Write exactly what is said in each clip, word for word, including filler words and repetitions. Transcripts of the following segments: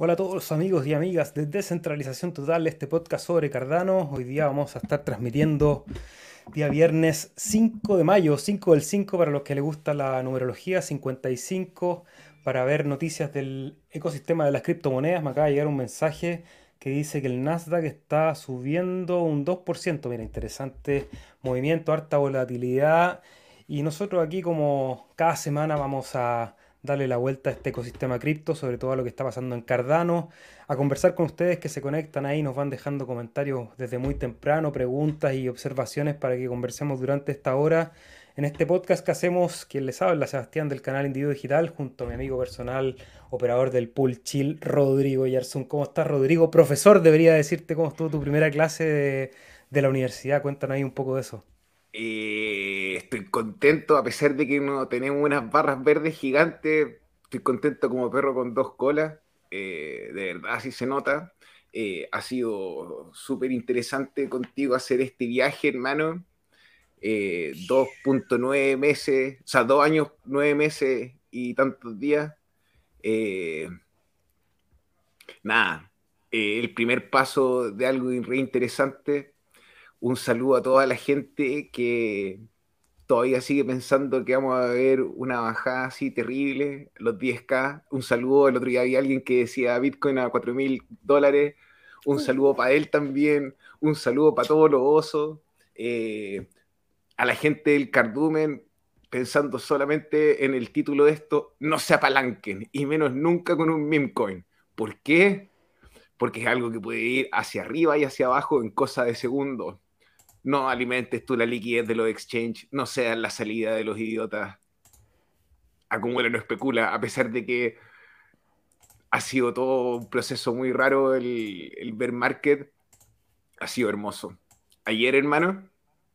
Hola a todos los amigos y amigas de Descentralización Total, este podcast sobre Cardano. Hoy día vamos a estar transmitiendo día viernes cinco de mayo, cinco del cinco para los que les gusta la numerología, cincuenta y cinco para ver noticias del ecosistema de las criptomonedas. Me acaba de llegar un mensaje que dice que el Nasdaq está subiendo un dos por ciento. Mira, interesante movimiento, harta volatilidad. Y nosotros aquí como cada semana vamos a darle la vuelta a este ecosistema cripto, sobre todo a lo que está pasando en Cardano, a conversar con ustedes que se conectan ahí, nos van dejando comentarios desde muy temprano, preguntas y observaciones para que conversemos durante esta hora. En este podcast que hacemos, quien les habla, Sebastián del canal Individuo Digital, junto a mi amigo personal, operador del pool Chill, Rodrigo Yarzún. ¿Cómo estás, Rodrigo? Profesor, debería decirte cómo estuvo tu primera clase de, de la universidad. Cuéntanos ahí un poco de eso. Eh, estoy contento, a pesar de que no tenemos unas barras verdes gigantes. Estoy contento como perro con dos colas. Eh, de verdad, así se nota. Eh, ha sido súper interesante contigo hacer este viaje, hermano. Eh, dos punto nueve meses, o sea, dos años, nueve meses y tantos días. Eh, Nada, eh, el primer paso de algo re interesante. Un saludo a toda la gente que todavía sigue pensando que vamos a ver una bajada así terrible, los diez K. Un saludo, el otro día había alguien que decía Bitcoin a cuatro mil dólares. Un saludo para él también. Un saludo para todos los osos. Eh, a la gente del cardumen, pensando solamente en el título de esto, no se apalanquen, y menos nunca con un meme coin. ¿Por qué? Porque es algo que puede ir hacia arriba y hacia abajo en cosa de segundos. No alimentes tú la liquidez de los exchange, no seas la salida de los idiotas. Acumula, no especula, a pesar de que ha sido todo un proceso muy raro el, el bear market, ha sido hermoso. Ayer, hermano,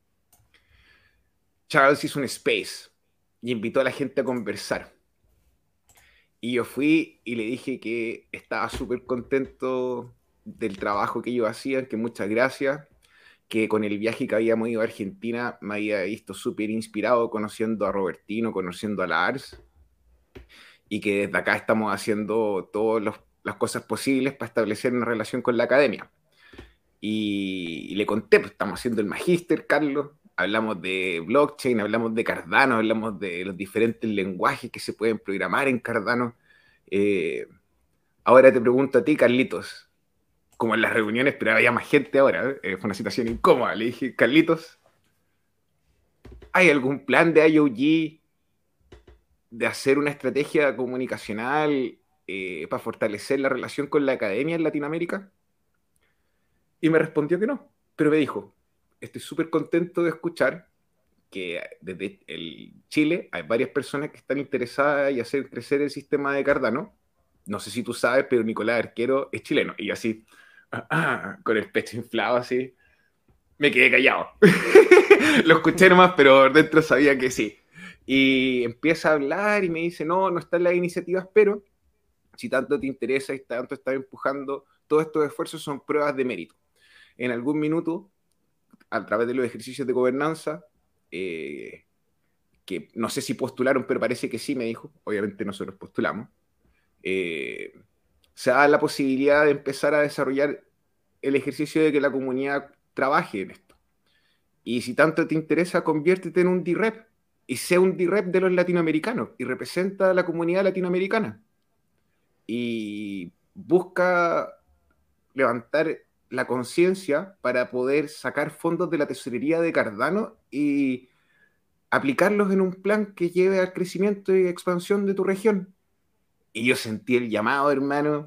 Charles hizo un space y invitó a la gente a conversar. Y yo fui y le dije que estaba súper contento del trabajo que ellos hacían, que muchas gracias, que con el viaje que habíamos ido a Argentina me había visto súper inspirado conociendo a Robertino, conociendo a Lars, y que desde acá estamos haciendo todas las cosas posibles para establecer una relación con la academia. Y, y le conté, pues estamos haciendo el magíster, Carlos, hablamos de blockchain, hablamos de Cardano, hablamos de los diferentes lenguajes que se pueden programar en Cardano. Eh, Ahora te pregunto a ti, Carlitos, como en las reuniones, pero había más gente ahora, ¿eh? Fue una situación incómoda. Le dije, Carlitos, ¿hay algún plan de I O G de hacer una estrategia comunicacional eh, para fortalecer la relación con la academia en Latinoamérica? Y me respondió que no, pero me dijo, estoy súper contento de escuchar que desde el Chile hay varias personas que están interesadas en hacer crecer el sistema de Cardano. No sé si tú sabes, pero Nicolás Arquero es chileno. Y así, ah, ah, con el pecho inflado así, me quedé callado. Lo escuché nomás, pero dentro sabía que sí. Y empieza a hablar y me dice, no, no están las iniciativas, pero si tanto te interesa y tanto estás empujando, todos estos esfuerzos son pruebas de mérito. En algún minuto, a través de los ejercicios de gobernanza, eh, que no sé si postularon, pero parece que sí, me dijo, obviamente nosotros postulamos, eh, se da la posibilidad de empezar a desarrollar el ejercicio de que la comunidad trabaje en esto. Y si tanto te interesa, conviértete en un D-Rep y sea un D-Rep de los latinoamericanos y representa a la comunidad latinoamericana. Y busca levantar la conciencia para poder sacar fondos de la tesorería de Cardano y aplicarlos en un plan que lleve al crecimiento y expansión de tu región. Y yo sentí el llamado, hermano,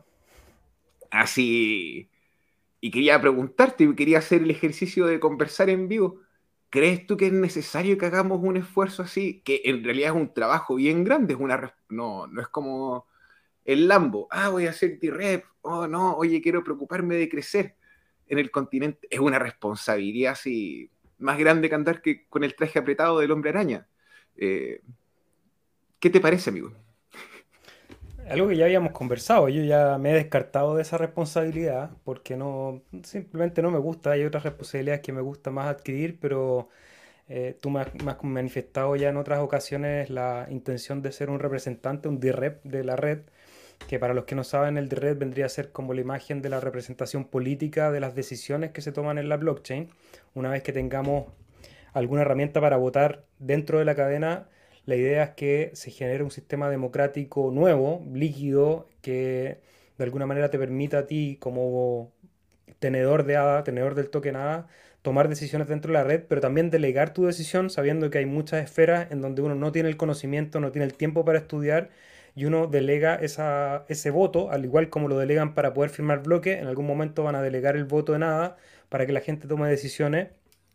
así, y quería preguntarte, quería hacer el ejercicio de conversar en vivo. ¿Crees tú que es necesario que hagamos un esfuerzo así? Que en realidad es un trabajo bien grande, es una, no, no es como el Lambo. Ah, voy a hacer T-Rep. Oh, no, oye, quiero preocuparme de crecer en el continente. Es una responsabilidad así más grande que andar que con el traje apretado del hombre araña. Eh, ¿Qué te parece, amigo? Algo que ya habíamos conversado, yo ya me he descartado de esa responsabilidad porque no, simplemente no me gusta, hay otras responsabilidades que me gusta más adquirir, pero eh, tú me has, me has manifestado ya en otras ocasiones la intención de ser un representante, un D-Rep de la red, que para los que no saben, el de red vendría a ser como la imagen de la representación política de las decisiones que se toman en la blockchain. Una vez que tengamos alguna herramienta para votar dentro de la cadena, la idea es que se genere un sistema democrático nuevo, líquido, que de alguna manera te permita a ti como tenedor de A D A, tenedor del token A D A, tomar decisiones dentro de la red, pero también delegar tu decisión sabiendo que hay muchas esferas en donde uno no tiene el conocimiento, no tiene el tiempo para estudiar y uno delega esa, ese voto, al igual como lo delegan para poder firmar bloques, en algún momento van a delegar el voto en A D A para que la gente tome decisiones.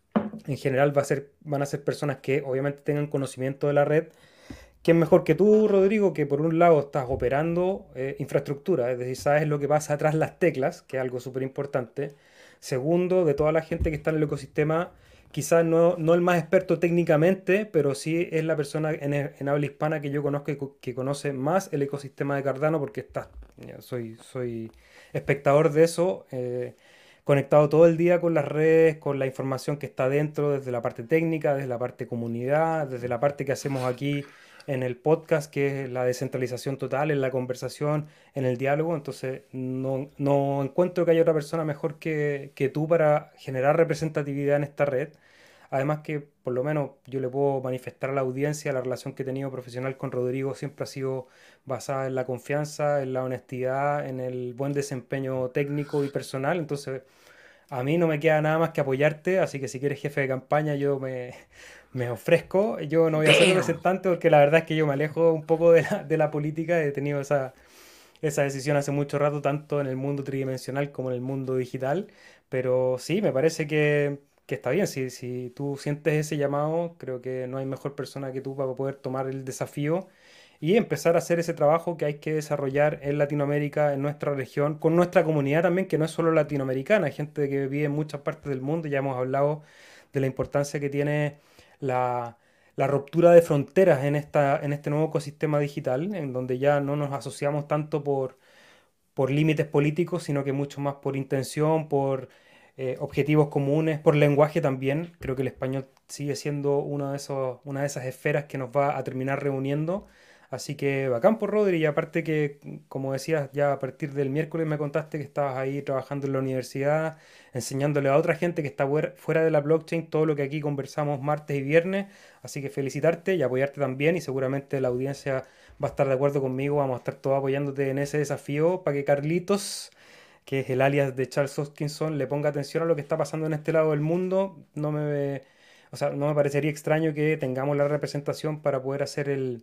En general va a ser, van a ser personas que obviamente tengan conocimiento de la red. ¿Quién mejor que tú, Rodrigo, que por un lado estás operando eh, infraestructura, es decir, sabes lo que pasa atrás las teclas, que es algo súper importante? Segundo, de toda la gente que está en el ecosistema, quizás no, no el más experto técnicamente, pero sí es la persona en, en habla hispana que yo conozco y co- que conoce más el ecosistema de Cardano, porque está, ya, soy, soy espectador de eso. Eh, conectado todo el día con las redes, con la información que está dentro, desde la parte técnica, desde la parte comunidad, desde la parte que hacemos aquí en el podcast, que es la descentralización total, en la conversación, en el diálogo. Entonces, no, no encuentro que haya otra persona mejor que, que tú para generar representatividad en esta red. Además que, por lo menos, yo le puedo manifestar a la audiencia la relación que he tenido profesional con Rodrigo siempre ha sido basada en la confianza, en la honestidad, en el buen desempeño técnico y personal. Entonces, a mí no me queda nada más que apoyarte, así que si quieres jefe de campaña, yo me, me ofrezco. Yo no voy a ser Damn. representante porque la verdad es que yo me alejo un poco de la, de la política. He tenido esa, esa decisión hace mucho rato, tanto en el mundo tridimensional como en el mundo digital. Pero sí, me parece que, que está bien. Si, si tú sientes ese llamado, creo que no hay mejor persona que tú para poder tomar el desafío y empezar a hacer ese trabajo que hay que desarrollar en Latinoamérica, en nuestra región, con nuestra comunidad también, que no es solo latinoamericana, hay gente que vive en muchas partes del mundo. Ya hemos hablado de la importancia que tiene la, la ruptura de fronteras en esta, en este nuevo ecosistema digital, en donde ya no nos asociamos tanto por, por límites políticos, sino que mucho más por intención, por eh, objetivos comunes, por lenguaje también. Creo que el español sigue siendo uno de esos, una de esas esferas que nos va a terminar reuniendo. Así que bacán por Rodri, y aparte que, como decías, ya a partir del miércoles me contaste que estabas ahí trabajando en la universidad, enseñándole a otra gente que está fuera fuera de la blockchain todo lo que aquí conversamos martes y viernes. Así que felicitarte y apoyarte también, y seguramente la audiencia va a estar de acuerdo conmigo. Vamos a estar todos apoyándote en ese desafío para que Carlitos, que es el alias de Charles Hoskinson, le ponga atención a lo que está pasando en este lado del mundo. No me, o sea, no me parecería extraño que tengamos la representación para poder hacer el,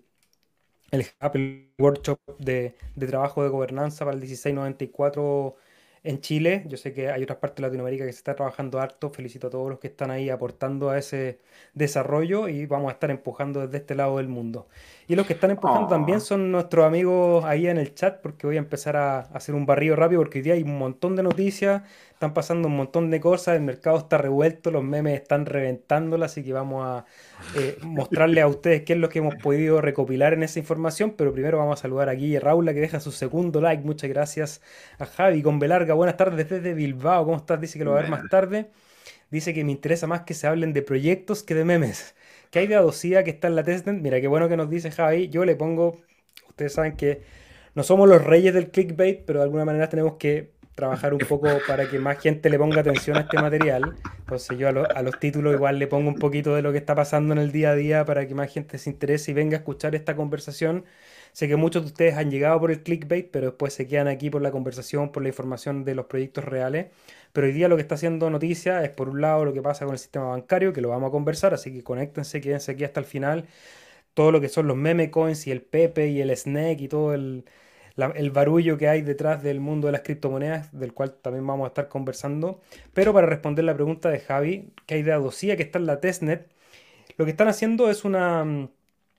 el Apple Workshop de, de trabajo de gobernanza para el dieciséis noventa y cuatro en Chile. Yo sé que hay otras partes de Latinoamérica que se está trabajando harto. Felicito a todos los que están ahí aportando a ese desarrollo y vamos a estar empujando desde este lado del mundo. Y los que están empujando también Oh, son nuestros amigos ahí en el chat, porque voy a empezar a hacer un barrido rápido porque hoy día hay un montón de noticias, están pasando un montón de cosas, el mercado está revuelto, los memes están reventándola, así que vamos a eh, mostrarle a ustedes qué es lo que hemos podido recopilar en esa información. Pero primero vamos a saludar a Guille Raula, que deja su segundo like. Muchas gracias a Javi con Belarga. Buenas tardes desde Bilbao. ¿Cómo estás? Dice que lo va a ver más man. tarde. Dice que me interesa más que se hablen de proyectos que de memes. ¿Qué hay de Adosía que está en la testnet? Mira, qué bueno que nos dice Javi. Yo le pongo, ustedes saben que no somos los reyes del clickbait, pero de alguna manera tenemos que trabajar un poco para que más gente le ponga atención a este material. Entonces yo a, lo- a los títulos igual le pongo un poquito de lo que está pasando en el día a día para que más gente se interese y venga a escuchar esta conversación. Sé que muchos de ustedes han llegado por el clickbait, pero después se quedan aquí por la conversación, por la información de los proyectos reales. Pero hoy día lo que está haciendo noticia es, por un lado, lo que pasa con el sistema bancario, que lo vamos a conversar, así que conéctense, quédense aquí hasta el final. Todo lo que son los meme coins y el Pepe y el Snake y todo el, la- el barullo que hay detrás del mundo de las criptomonedas, del cual también vamos a estar conversando. Pero para responder la pregunta de Javi, que hay de Adosía que está en la testnet, lo que están haciendo es una, mm,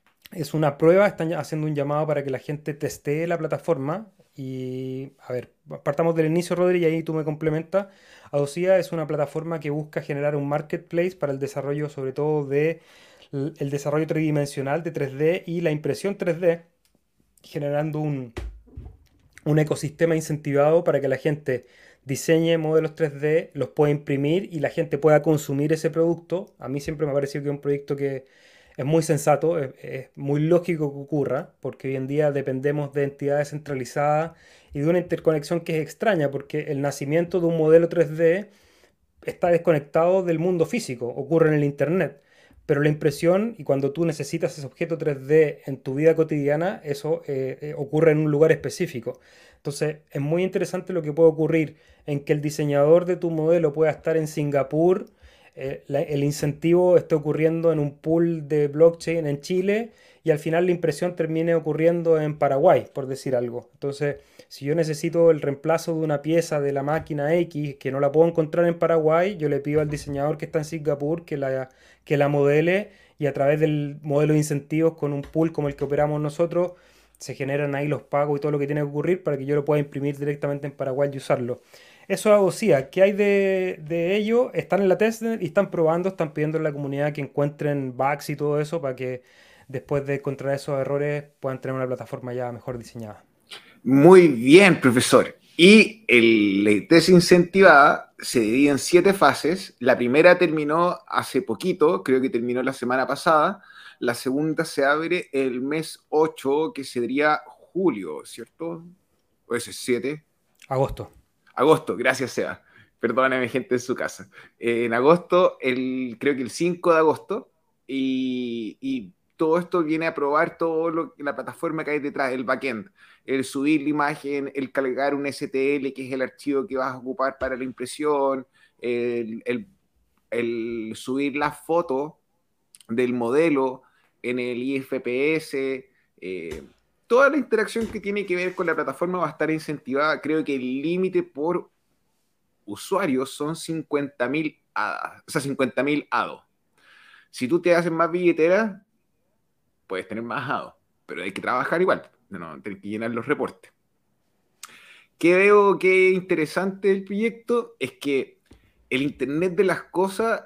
es una prueba, están haciendo un llamado para que la gente testee la plataforma. Y, a ver, partamos del inicio, Rodri, y ahí tú me complementas. Adosía es una plataforma que busca generar un marketplace para el desarrollo, sobre todo de l- el desarrollo tridimensional de tres D y la impresión tres D, generando un, un ecosistema incentivado para que la gente diseñe modelos tres D, los pueda imprimir y la gente pueda consumir ese producto. A mí siempre me ha parecido que es un proyecto que es muy sensato, es, es muy lógico que ocurra, porque hoy en día dependemos de entidades centralizadas y de una interconexión que es extraña, porque el nacimiento de un modelo tres D está desconectado del mundo físico, ocurre en el Internet. Pero la impresión, y cuando tú necesitas ese objeto tres D en tu vida cotidiana, eso eh, eh, ocurre en un lugar específico. Entonces, es muy interesante lo que puede ocurrir en que el diseñador de tu modelo pueda estar en Singapur, eh, la- el incentivo esté ocurriendo en un pool de blockchain en Chile y al final la impresión termine ocurriendo en Paraguay, por decir algo. Entonces, si yo necesito el reemplazo de una pieza de la máquina X que no la puedo encontrar en Paraguay, yo le pido al diseñador que está en Singapur que la, que la modele y a través del modelo de incentivos con un pool como el que operamos nosotros, se generan ahí los pagos y todo lo que tiene que ocurrir para que yo lo pueda imprimir directamente en Paraguay y usarlo. Eso hago sí. ¿Qué hay de, de ello? Están en la testnet y están probando, están pidiendo a la comunidad que encuentren bugs y todo eso para que después de encontrar esos errores puedan tener una plataforma ya mejor diseñada. Muy bien, profesor. Y el, la tesis incentivada se divide en siete fases. La primera terminó hace poquito, creo que terminó la semana pasada. La segunda se abre el mes ocho, que sería julio, ¿cierto? ¿O ese es siete? Agosto. Agosto, gracias, Seba. Perdóname, gente en su casa. Eh, en agosto, el, creo que el cinco de agosto, y, y todo esto viene a probar todo lo, la plataforma que hay detrás, el backend, el subir la imagen, el cargar un S T L, que es el archivo que vas a ocupar para la impresión, el, el, el subir la foto del modelo en el I F P S, eh, toda la interacción que tiene que ver con la plataforma va a estar incentivada. Creo que el límite por usuarios son cincuenta mil hadas, o sea, cincuenta mil hados. Si tú te haces más billetera, puedes tener más hados, pero hay que trabajar igual, no, tienes que llenar los reportes. ¿Qué veo que es interesante del proyecto? Es que el Internet de las cosas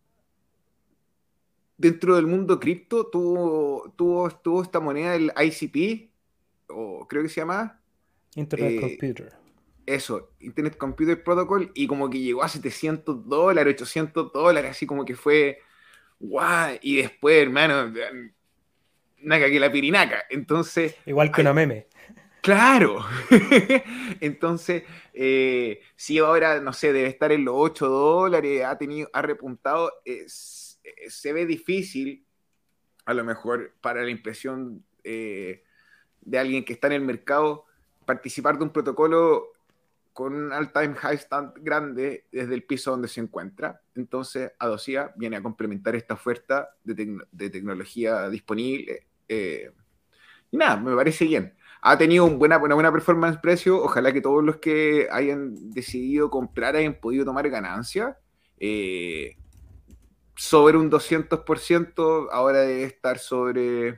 dentro del mundo cripto tuvo, tuvo, tuvo esta moneda, el I C P, o creo que se llama, Internet eh, Computer. eso, Internet Computer Protocol, y como que llegó a setecientos dólares, ochocientos dólares, así como que fue, guau, y después, hermano, naca que la pirinaca. Entonces, Igual que ay, una meme. claro. Entonces, eh, si ahora, no sé, debe estar en los ocho dólares, ha tenido, ha repuntado, es, eh, se ve difícil, a lo mejor, para la impresión eh, de alguien que está en el mercado, participar de un protocolo con un all-time high stand grande desde el piso donde se encuentra. Entonces, Adosia viene a complementar esta oferta de, tec de tecnología disponible. Eh, y nada, me parece bien. Ha tenido un buena, una buena performance precio. Ojalá que todos los que hayan decidido comprar hayan podido tomar ganancia. Eh, sobre un doscientos por ciento, ahora debe estar sobre,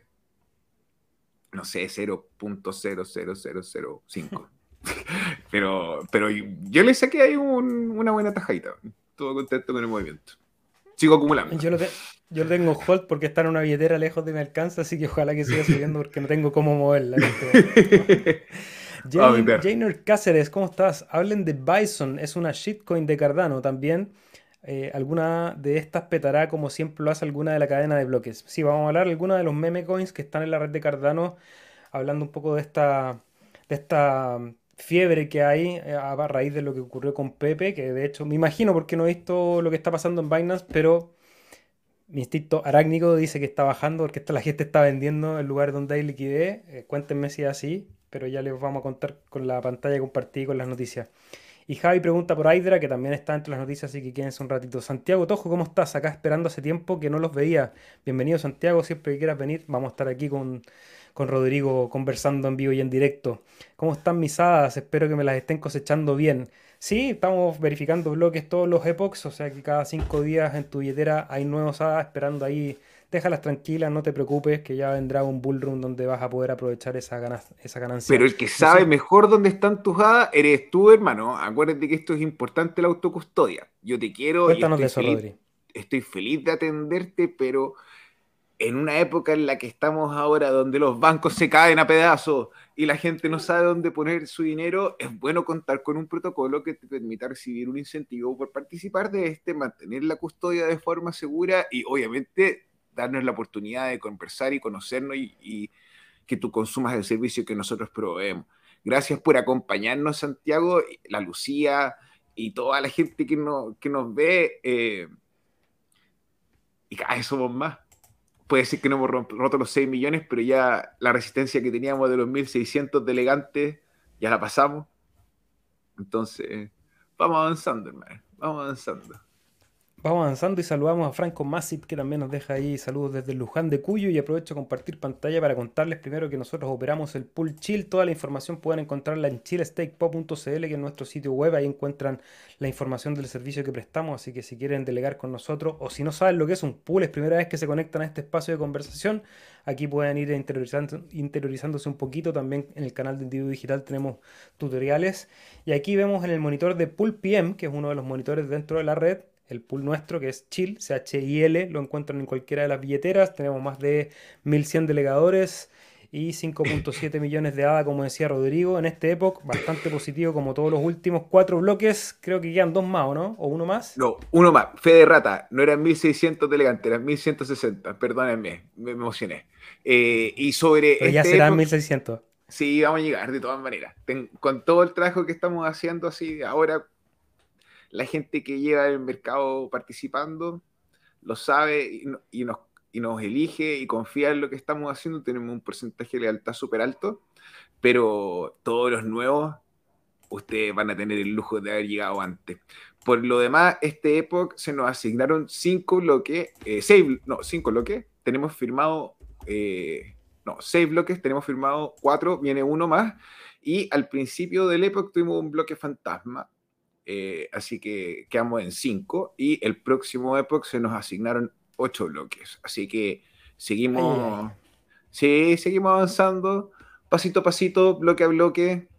no sé, cero punto cero cero cero cero cinco. Pero, pero yo le saqué ahí un, una buena tajadita. Todo contento con el movimiento. Sigo acumulando. Yo lo, te- yo lo tengo en hold porque está en una billetera lejos de mi alcance, así que ojalá que siga subiendo porque no tengo cómo moverla en este momento. A Jane, meter. Jainer Cáceres, ¿cómo estás? Hablen de Bison, es una shitcoin de Cardano también. Eh, ¿alguna de estas petará como siempre lo hace alguna de la cadena de bloques? Sí, vamos a hablar de alguna de los meme coins que están en la red de Cardano, hablando un poco de esta, de esta mm, fiebre que hay eh, a raíz de lo que ocurrió con Pepe, que de hecho me imagino porque no he visto lo que está pasando en Binance, pero mi instinto arácnico dice que está bajando porque esta, la gente está vendiendo el lugar donde hay liquidez. Eh, cuéntenme si es así, pero ya les vamos a contar con la pantalla compartida y con las noticias. Y Javi pregunta por Hydra, que también está entre las noticias, así que quédense un ratito. Santiago Tojo, ¿cómo estás? Acá esperando hace tiempo que no los veía. Bienvenido, Santiago, siempre que quieras venir. Vamos a estar aquí con, con Rodrigo conversando en vivo y en directo. ¿Cómo están mis hadas? Espero que me las estén cosechando bien. Sí, estamos verificando bloques todos los epochs, o sea que cada cinco días en tu billetera hay nuevos hadas esperando ahí. Déjalas tranquilas, no te preocupes, que ya vendrá un bullrun donde vas a poder aprovechar esa, gana- esa Pero ganancia. el que No sabe sé, mejor dónde están tus hadas eres tú, hermano. Acuérdate que esto es importante, la autocustodia. Yo te quiero y cuéntanos de estoy eso, feliz, Rodri. estoy feliz de atenderte, pero en una época en la que estamos ahora, donde los bancos se caen a pedazos y la gente no sabe dónde poner su dinero, es bueno contar con un protocolo que te permita recibir un incentivo por participar de este, mantener la custodia de forma segura y obviamente darnos la oportunidad de conversar y conocernos y, y que tú consumas el servicio que nosotros proveemos. Gracias por acompañarnos, Santiago, la Lucía y toda la gente que, no, que nos ve. Eh, y cada vez somos más. Puede ser que no hemos roto los seis millones, pero ya la resistencia que teníamos de los mil seiscientos delegantes ya la pasamos. Entonces, vamos avanzando, hermano. Vamos avanzando. Vamos avanzando y saludamos a Franco Massip, que también nos deja ahí saludos desde Luján de Cuyo. Y aprovecho a compartir pantalla para contarles primero que nosotros operamos el Pool Chill. Toda la información pueden encontrarla en chillstakepop punto cl, que es nuestro sitio web. Ahí encuentran la información del servicio que prestamos. Así que si quieren delegar con nosotros o si no saben lo que es un pool, es primera vez que se conectan a este espacio de conversación, aquí pueden ir interiorizando, interiorizándose un poquito. También en el canal de Individuo Digital tenemos tutoriales. Y aquí vemos en el monitor de Pool P M, que es uno de los monitores dentro de la red, el pool nuestro, que es Chill, C H I L, lo encuentran en cualquiera de las billeteras. Tenemos más de mil cien delegadores y cinco punto siete millones de A D A, como decía Rodrigo. En este época, bastante positivo, como todos los últimos cuatro bloques. Creo que quedan dos más, ¿o no? ¿O uno más? No, uno más. Fe de rata. No eran mil seiscientos delegantes, eran mil ciento sesenta. Perdónenme, me emocioné. Eh, y sobre Pero ya este serán época, mil seiscientos. sí, vamos a llegar de todas maneras. Ten, con todo el trabajo que estamos haciendo así ahora, la gente que lleva el mercado participando lo sabe y, no, y, nos, y nos elige y confía en lo que estamos haciendo. Tenemos un porcentaje de lealtad súper alto, pero todos los nuevos, ustedes van a tener el lujo de haber llegado antes. Por lo demás, este época se nos asignaron cinco bloques, eh, seis, no, cinco bloques. Tenemos firmado, eh, no, seis bloques, tenemos firmado cuatro, viene uno más. Y al principio del época tuvimos un bloque fantasma. Eh, así que quedamos en cinco y el próximo Epoch se nos asignaron ocho bloques. Así que Ay, ay, seguimos, ay. sí, seguimos avanzando, pasito a pasito, bloque a bloque.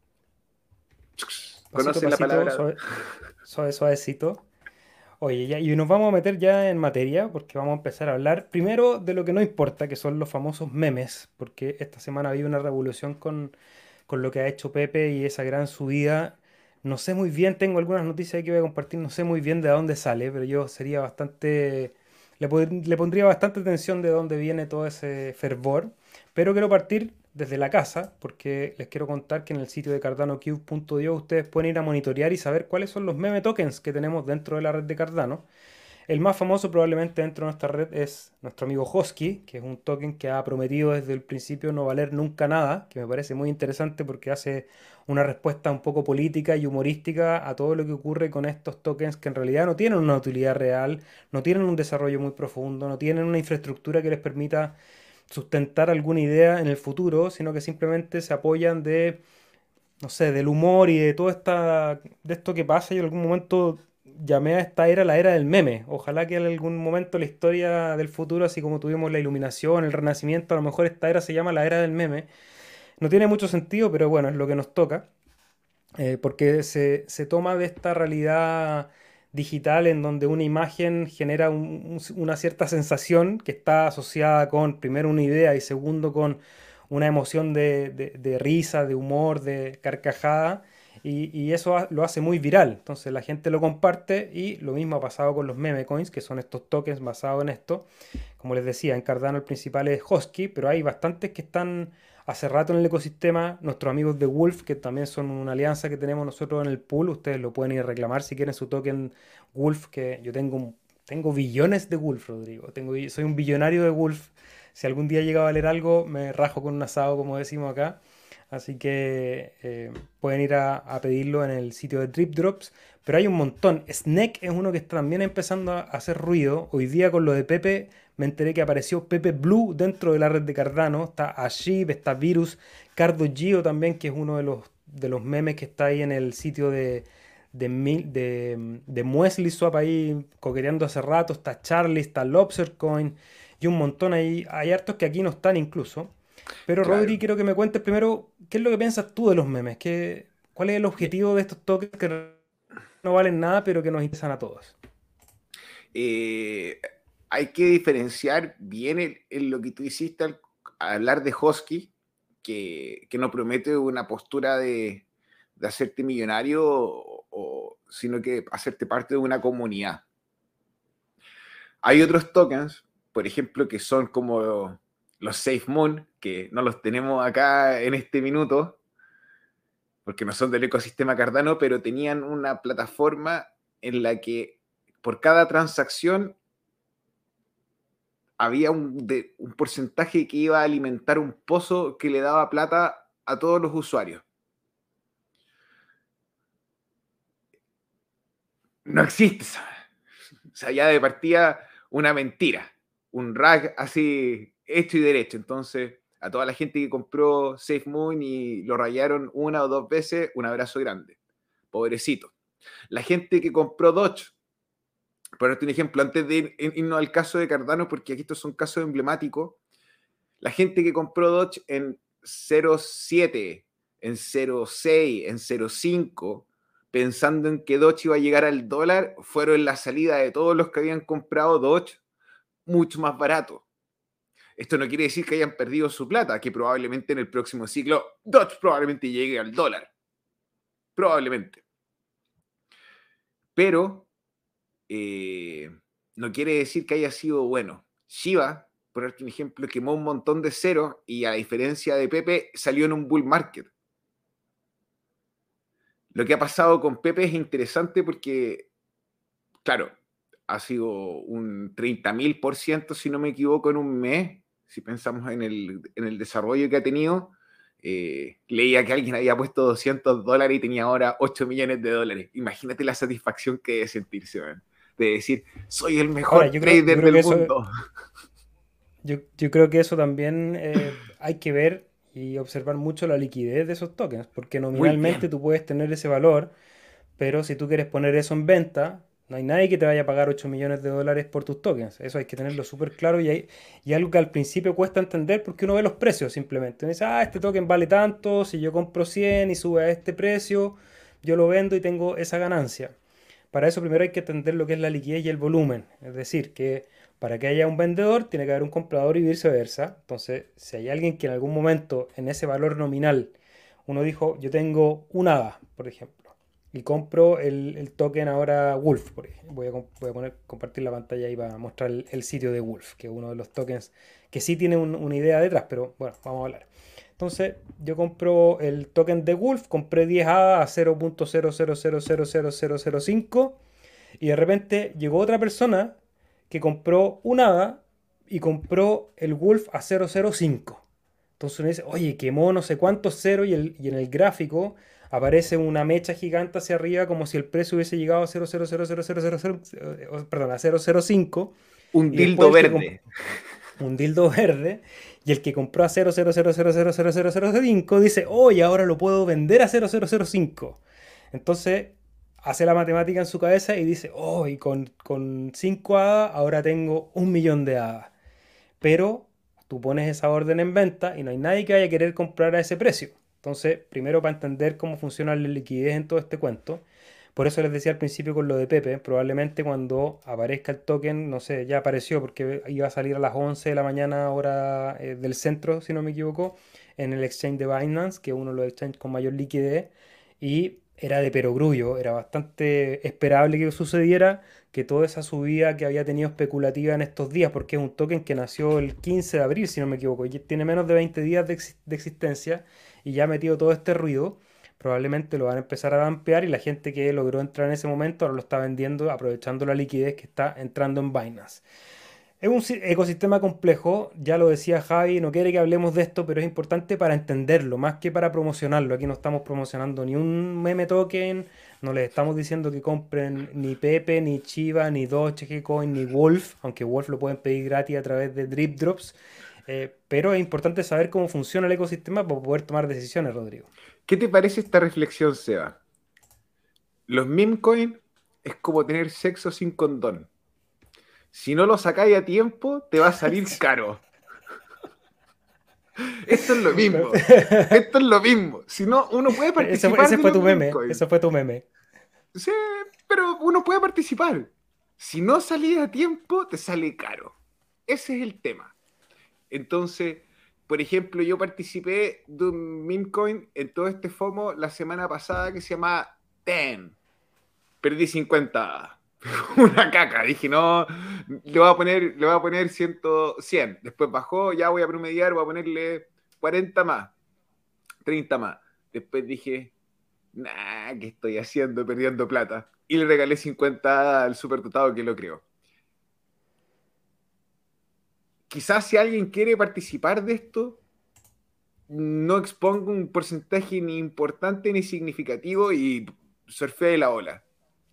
Pasito a ¿Conocen la pasito, palabra? suave, suave, suavecito. Oye, ya, y nos vamos a meter ya en materia porque vamos a empezar a hablar primero de lo que no importa, que son los famosos memes, porque esta semana había una revolución con, con lo que ha hecho Pepe y esa gran subida. No sé muy bien, tengo algunas noticias ahí que voy a compartir, no sé muy bien de dónde sale, pero yo sería bastante, le, pod- le pondría bastante atención de dónde viene todo ese fervor, pero quiero partir desde la casa, porque les quiero contar que en el sitio de cardano cube punto io ustedes pueden ir a monitorear y saber cuáles son los meme tokens que tenemos dentro de la red de Cardano. El más famoso probablemente dentro de nuestra red es nuestro amigo Hosky, que es un token que ha prometido desde el principio no valer nunca nada, que me parece muy interesante porque hace una respuesta un poco política y humorística a todo lo que ocurre con estos tokens que en realidad no tienen una utilidad real, no tienen un desarrollo muy profundo, no tienen una infraestructura que les permita sustentar alguna idea en el futuro, sino que simplemente se apoyan de, no sé, del humor y de todo esta, de esto que pasa. Y en algún momento llamé a esta era la era del meme. Ojalá que en algún momento la historia del futuro, así como tuvimos la iluminación, el renacimiento, a lo mejor esta era se llama la era del meme. No tiene mucho sentido, pero bueno, es lo que nos toca, eh, porque se, se toma de esta realidad digital en donde una imagen genera un- un- una cierta sensación que está asociada con, primero, una idea y segundo, con una emoción de, de- de risa, de humor, de carcajada. Y, y eso ha- lo hace muy viral. Entonces la gente lo comparte y lo mismo ha pasado con los meme coins, que son estos tokens basados en esto. Como les decía, en Cardano el principal es Hosky, pero hay bastantes que están hace rato en el ecosistema. Nuestros amigos de Wolf, que también son una alianza que tenemos nosotros en el pool, ustedes lo pueden ir a reclamar si quieren su token Wolf, que yo tengo, un- tengo billones de Wolf, Rodrigo. Tengo, bi- soy un billonario de Wolf. Si algún día llega a valer algo, me rajo con un asado, como decimos acá. Así que eh, pueden ir a, a pedirlo en el sitio de Drip Drops. Pero hay un montón. Snake es uno que está también empezando a hacer ruido. Hoy día con lo de Pepe me enteré que apareció Pepe Blue dentro de la red de Cardano. Está Ashib, está Virus, Cardo Gio también, que es uno de los, de los memes que está ahí en el sitio de, de, Mil- de, de Muesli Swap ahí coqueteando hace rato. Está Charlie, está Lobster Coin y un montón ahí. Hay hartos que aquí no están incluso. Pero Rodri, Claro. quiero que me cuentes primero, ¿qué es lo que piensas tú de los memes? ¿Qué, cuál es el objetivo de estos tokens que no valen nada, pero que nos interesan a todos? Eh, hay que diferenciar bien en, en lo que tú hiciste al, al hablar de Hosky, que, que no promete una postura de, de hacerte millonario, o, o- sino que hacerte parte de una comunidad. Hay otros tokens por ejemplo, que son como los SafeMoon, que no los tenemos acá en este minuto, porque no son del ecosistema Cardano, pero tenían una plataforma en la que por cada transacción había un, de, un porcentaje que iba a alimentar un pozo que le daba plata a todos los usuarios. No existe eso. O sea, ya de partida una mentira, un rag así hecho y derecho. Entonces, a toda la gente que compró SafeMoon y lo rayaron una o dos veces, un abrazo grande. Pobrecito. La gente que compró Doge, por darte un ejemplo, antes de irnos al caso de Cardano, porque aquí estos son casos emblemáticos, la gente que compró Doge en cero punto siete, en cero punto seis, en cero punto cinco, pensando en que Doge iba a llegar al dólar, fueron la salida de todos los que habían comprado Doge mucho más barato. Esto no quiere decir que hayan perdido su plata, que probablemente en el próximo ciclo Doge probablemente llegue al dólar. Probablemente. Pero eh, no quiere decir que haya sido bueno. Shiba, por darte un ejemplo, quemó un montón de ceros y a diferencia de Pepe salió en un bull market. Lo que ha pasado con Pepe es interesante porque, claro, ha sido un treinta mil por ciento, si no me equivoco, en un mes, si pensamos en el, en el desarrollo que ha tenido. Eh, leía que alguien había puesto doscientos dólares y tenía ahora ocho millones de dólares. Imagínate la satisfacción que debe sentirse, man, de decir, soy el mejor Ahora, yo creo, yo trader creo del que eso, mundo. yo, yo creo que eso también eh, hay que ver y observar mucho la liquidez de esos tokens, porque Muy nominalmente bien. tú puedes tener ese valor, pero si tú quieres poner eso en venta, no hay nadie que te vaya a pagar ocho millones de dólares por tus tokens. Eso hay que tenerlo súper claro y, hay, y algo que al principio cuesta entender porque uno ve los precios simplemente. Uno dice, ah, este token vale tanto, si yo compro cien y sube a este precio, yo lo vendo y tengo esa ganancia. Para eso primero hay que entender lo que es la liquidez y el volumen. Es decir, que para que haya un vendedor tiene que haber un comprador y viceversa. Entonces, si hay alguien que en algún momento en ese valor nominal uno dijo, yo tengo un A D A, por ejemplo, y compro el, el token ahora Wolf, por ejemplo. Voy a, voy a poner, compartir la pantalla ahí para mostrar el, el sitio de Wolf, que es uno de los tokens que sí tiene un, una idea detrás, pero bueno, vamos a hablar. Entonces, yo compro el token de Wolf, compré diez A D A a cero punto cero cero cero cero cero cero cero cinco y de repente llegó otra persona que compró un A D A y compró el Wolf a cero punto cero cinco. Entonces uno dice, oye, quemó no sé cuántos ceros y, el, y en el gráfico aparece una mecha gigante hacia arriba como si el precio hubiese llegado a cero punto cero cero cero cero cero cero, eh, perdón, a cero punto cero cinco Un y después dildo el que compró verde. un dildo verde y el que compró a cero punto cero cero cero cero cero cero cinco dice, oye, ahora lo puedo vender a cero punto cero cero cinco. Entonces hace la matemática en su cabeza y dice, oh, y con, con cinco A D A ahora tengo un millón de A D A. Pero tú pones esa orden en venta y no hay nadie que vaya a querer comprar a ese precio. Entonces, primero para entender cómo funciona la liquidez en todo este cuento. Por eso les decía al principio con lo de Pepe, probablemente cuando aparezca el token, no sé, ya apareció porque iba a salir a las once de la mañana hora eh, del centro, si no me equivoco, en el exchange de Binance, que es uno de los exchanges con mayor liquidez, y era de perogrullo, era bastante esperable que sucediera, que toda esa subida que había tenido especulativa en estos días, porque es un token que nació el quince de abril, si no me equivoco, y tiene menos de veinte días de, ex- de existencia y ya ha metido todo este ruido, probablemente lo van a empezar a dampear y la gente que logró entrar en ese momento ahora lo está vendiendo aprovechando la liquidez que está entrando en Binance. Es un si- ecosistema complejo, ya lo decía Javi, no quiere que hablemos de esto, pero es importante para entenderlo, más que para promocionarlo. Aquí no estamos promocionando ni un meme token, no les estamos diciendo que compren ni Pepe, ni Chiva, ni Dogecoin, ni Wolf, aunque Wolf lo pueden pedir gratis a través de Drip Drops. Eh, pero es importante saber cómo funciona el ecosistema para poder tomar decisiones, Rodrigo. ¿Qué te parece esta reflexión, Seba? Los meme coins es como tener sexo sin condón. Si no lo sacáis a tiempo, te va a salir caro. Esto es lo mismo. Esto es lo mismo. Si no, uno puede Ese fue, participar ese de fue los tu meme meme, coins. ese fue tu meme. Sí, pero uno puede participar. Si no salís a tiempo, te sale caro. Ese es el tema. Entonces, por ejemplo, yo participé de un meme coin en todo este FOMO la semana pasada que se llama Ten. Perdí cincuenta. Una caca. Dije, no, le voy a poner, le voy a poner cien, cien. Después bajó, ya voy a promediar, voy a ponerle cuarenta más, treinta más. Después dije, nah, ¿qué estoy haciendo? Perdiendo plata. Y le regalé cincuenta al superdotado que lo creó. Quizás si alguien quiere participar de esto, no exponga un porcentaje ni importante ni significativo y surfee la ola.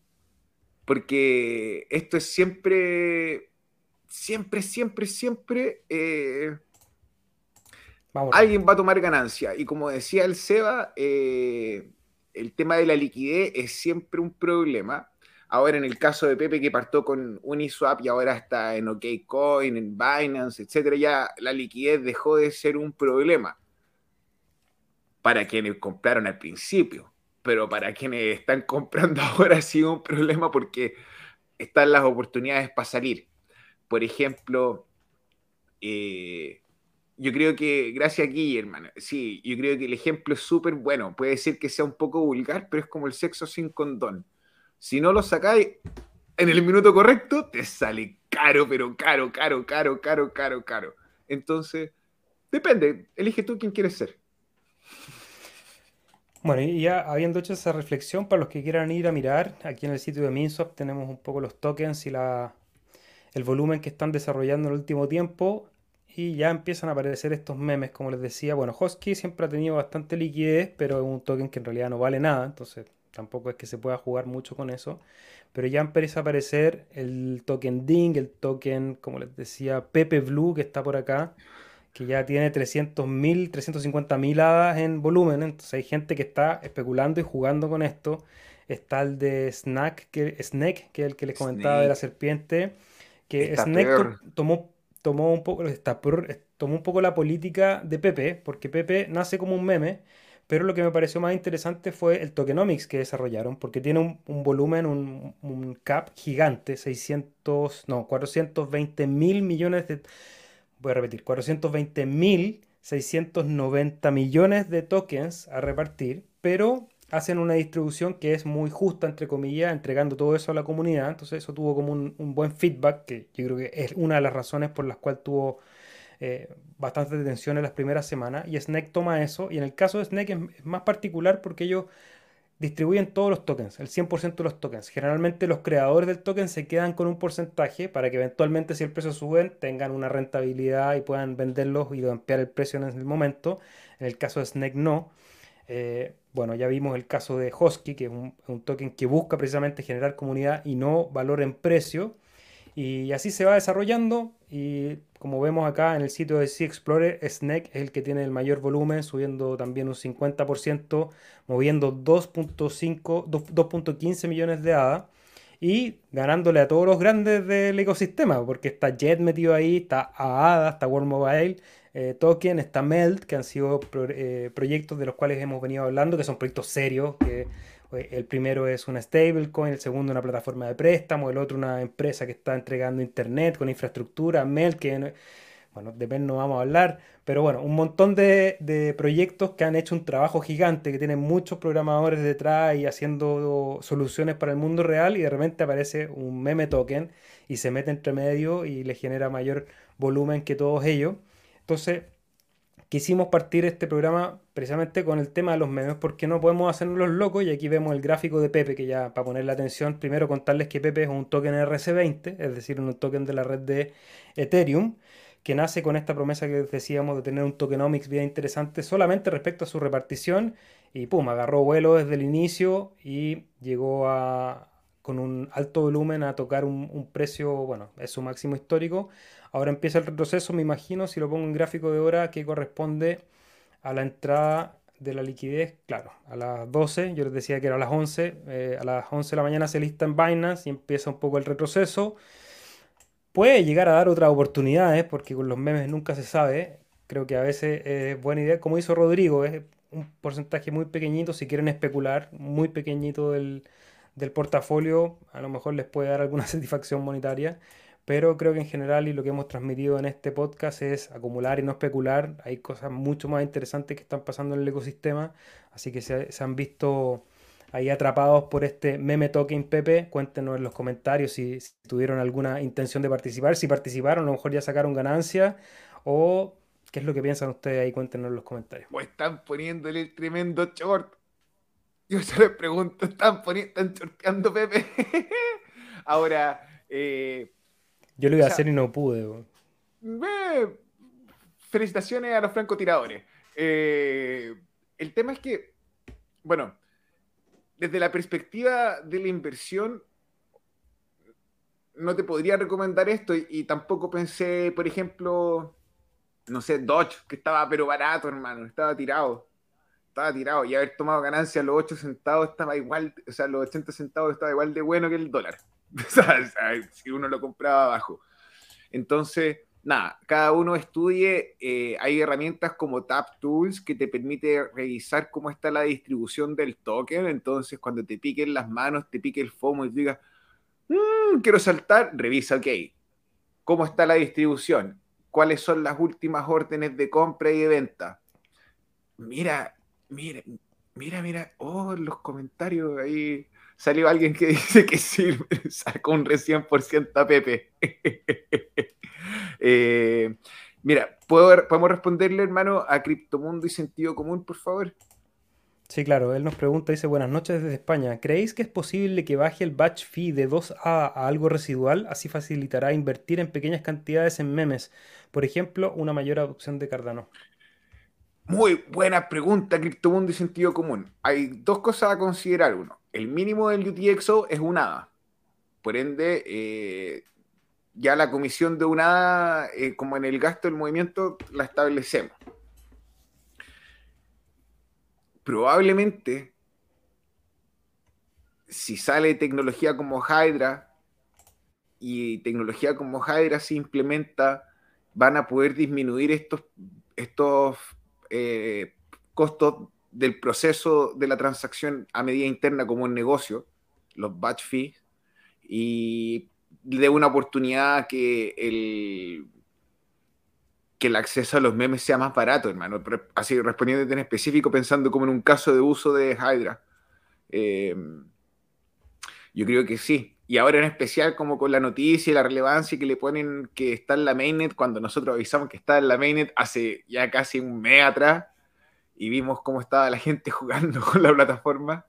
Porque esto es siempre, siempre, siempre, siempre, eh, Vamos alguien rápido. va a tomar ganancia. Y como decía el Seba, eh, el tema de la liquidez es siempre un problema. Ahora en el caso de Pepe que partió con Uniswap y ahora está en OKCoin, en Binance, etcétera, ya la liquidez dejó de ser un problema para quienes compraron al principio, pero para quienes están comprando ahora sí es un problema porque están las oportunidades para salir. Por ejemplo, eh, yo creo que, gracias aquí, hermano, sí, yo creo que el ejemplo es súper bueno. Puede ser que sea un poco vulgar, pero es como el sexo sin condón. Si no lo sacáis en el minuto correcto, te sale caro, pero caro, caro, caro, caro, caro, caro. Entonces, depende, elige tú quién quieres ser. Bueno, y ya habiendo hecho esa reflexión, para los que quieran ir a mirar, aquí en el sitio de Minswap tenemos un poco los tokens y la, el volumen que están desarrollando en el último tiempo. Y ya empiezan a aparecer estos memes, como les decía. Bueno, Hosky siempre ha tenido bastante liquidez, pero es un token que en realidad no vale nada, entonces tampoco es que se pueda jugar mucho con eso. Pero ya empieza a aparecer el token Ding, el token, como les decía, Pepe Blue, que está por acá, que ya tiene trescientos mil, trescientos cincuenta mil hadas en volumen. Entonces hay gente que está especulando y jugando con esto. Está el de Snack, que, Snake, que es el que les comentaba de la Snake serpiente, que está Snake to- peor. tomó, tomó un poco, está peor, tomó un poco la política de Pepe, porque Pepe nace como un meme, pero lo que me pareció más interesante fue el tokenomics que desarrollaron, porque tiene un, un volumen, un, un cap gigante, seiscientos no, cuatrocientos veinte mil millones de, voy a repetir, cuatrocientos veinte mil seiscientos noventa millones de tokens a repartir, pero hacen una distribución que es muy justa, entre comillas, entregando todo eso a la comunidad. Entonces eso tuvo como un, un buen feedback, que yo creo que es una de las razones por las cuales tuvo eh, bastante atención en las primeras semanas. Y Snake toma eso, y en el caso de Snake es, es más particular porque ellos distribuyen todos los tokens, el cien por ciento de los tokens. Generalmente los creadores del token se quedan con un porcentaje para que eventualmente si el precio sube tengan una rentabilidad y puedan venderlos y ampliar el precio en el momento. En el caso de Snake no. Eh, bueno, ya vimos el caso de Hosky, que es un, un token que busca precisamente generar comunidad y no valor en precio. Y así se va desarrollando y como vemos acá en el sitio de Sea Explorer, Snake es el que tiene el mayor volumen, subiendo también un cincuenta por ciento, moviendo dos punto cinco, dos- 2.15 millones de A D A y ganándole a todos los grandes del ecosistema, porque está Jet metido ahí, está A D A, está World Mobile, eh, Token, está Melt, que han sido pro- eh, proyectos de los cuales hemos venido hablando, que son proyectos serios, que eh, el primero es una stablecoin, el segundo una plataforma de préstamo, el otro una empresa que está entregando internet con infraestructura, Mel, que no- bueno, de Mel no vamos a hablar, pero bueno, un montón de, de proyectos que han hecho un trabajo gigante, que tienen muchos programadores detrás y haciendo soluciones para el mundo real y de repente aparece un meme token y se mete entre medio y le genera mayor volumen que todos ellos. Entonces, quisimos partir este programa precisamente con el tema de los memes, porque no podemos hacernos los locos. Y aquí vemos el gráfico de Pepe, que ya para poner la atención, primero contarles que Pepe es un token R C veinte, es decir, un token de la red de Ethereum, que nace con esta promesa que decíamos de tener un tokenomics bien interesante solamente respecto a su repartición. Y pum, agarró vuelo desde el inicio y llegó a, con un alto volumen a tocar un, un precio, bueno, es su máximo histórico. Ahora empieza el retroceso, me imagino, si lo pongo en gráfico de hora, que corresponde a la entrada de la liquidez, claro, a las doce, yo les decía que era a las once, eh, a las once de la mañana se lista en Binance y empieza un poco el retroceso. Puede llegar a dar otras oportunidades, porque con los memes nunca se sabe. Creo que a veces es buena idea, como hizo Rodrigo, es un porcentaje muy pequeñito, si quieren especular, muy pequeñito del, del portafolio, a lo mejor les puede dar alguna satisfacción monetaria, pero creo que en general y lo que hemos transmitido en este podcast es acumular y no especular. Hay cosas mucho más interesantes que están pasando en el ecosistema, así que se, se han visto ahí atrapados por este meme token Pepe. Cuéntenos en los comentarios si, si tuvieron alguna intención de participar, si participaron, a lo mejor ya sacaron ganancia o qué es lo que piensan ustedes ahí, cuéntenos en los comentarios. O están poniéndole el tremendo short. Yo se les pregunto, ¿están, poniendo, están shorteando Pepe? Ahora, eh, Yo lo o iba a hacer sea, y no pude, weón. eh, felicitaciones a los francotiradores. Eh, el tema es que, bueno, desde la perspectiva de la inversión, no te podría recomendar esto y, y tampoco pensé, por ejemplo, no sé, Dodge, que estaba pero barato, hermano, estaba tirado, estaba tirado y haber tomado ganancia a los ocho centavos estaba igual, o sea, los ochenta centavos estaba igual de bueno que el dólar. O sea, o sea, si uno lo compraba abajo. Entonces, nada, cada uno estudie, eh, hay herramientas como Tap Tools que te permite revisar cómo está la distribución del token, entonces cuando te piquen las manos, te pique el FOMO y digas, mmm, quiero saltar, revisa, ok, cómo está la distribución, cuáles son las últimas órdenes de compra y de venta. Mira, mira, mira, mira, oh, en los comentarios ahí salió alguien que dice que sí, sacó un re cien por ciento a Pepe. eh, mira, ¿puedo, ¿podemos responderle, hermano, a Criptomundo y Sentido Común, por favor? Sí, claro, él nos pregunta, dice, buenas noches desde España. ¿Creéis que es posible que baje el batch fee de dos a a algo residual? Así facilitará invertir en pequeñas cantidades en memes. Por ejemplo, una mayor adopción de Cardano. Muy buena pregunta, Criptomundo y Sentido Común. Hay dos cosas a considerar. Uno, el mínimo del U T X O es un ADA. Por ende, eh, ya la comisión de un ADA, eh, como en el gasto del movimiento, la establecemos. Probablemente, si sale tecnología como Hydra y tecnología como Hydra se implementa, van a poder disminuir estos, estos eh, costos del proceso de la transacción a medida interna como un negocio, los batch fees, y de una oportunidad que el, que el acceso a los memes sea más barato, hermano. Pero así, respondiendo en específico, pensando como en un caso de uso de Hydra. Eh, yo creo que sí. Y ahora en especial como con la noticia y la relevancia que le ponen que está en la mainnet, cuando nosotros avisamos que está en la mainnet hace ya casi un mes atrás y vimos cómo estaba la gente jugando con la plataforma,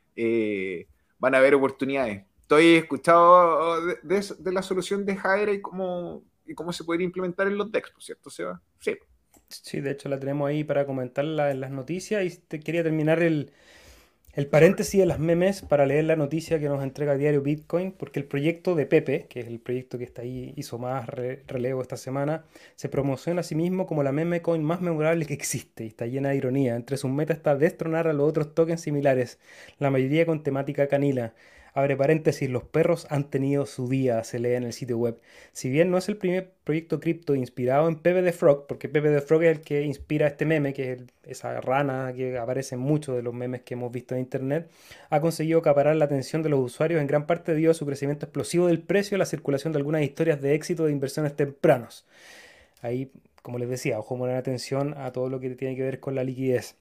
eh, van a haber oportunidades. Estoy escuchado de, de, de la solución de Hydra y cómo, y cómo se puede implementar en los decks, ¿por cierto, Seba? Sí. Sí, de hecho la tenemos ahí para comentarla en las noticias y te quería terminar el, el paréntesis de las memes para leer la noticia que nos entrega Diario Bitcoin, porque el proyecto de Pepe, que es el proyecto que está ahí, hizo más re- relevo esta semana, se promociona a sí mismo como la meme coin más memorable que existe y está llena de ironía. Entre sus metas está destronar a los otros tokens similares, la mayoría con temática canila. Abre paréntesis, los perros han tenido su día, se lee en el sitio web. Si bien no es el primer proyecto cripto inspirado en Pepe the Frog, porque Pepe the Frog es el que inspira este meme, que es el- esa rana que aparece en muchos de los memes que hemos visto en internet, ha conseguido acaparar la atención de los usuarios en gran parte debido a su crecimiento explosivo del precio y la circulación de algunas historias de éxito de inversiones tempranos. Ahí, como les decía, ojo, poner atención a todo lo que tiene que ver con la liquidez.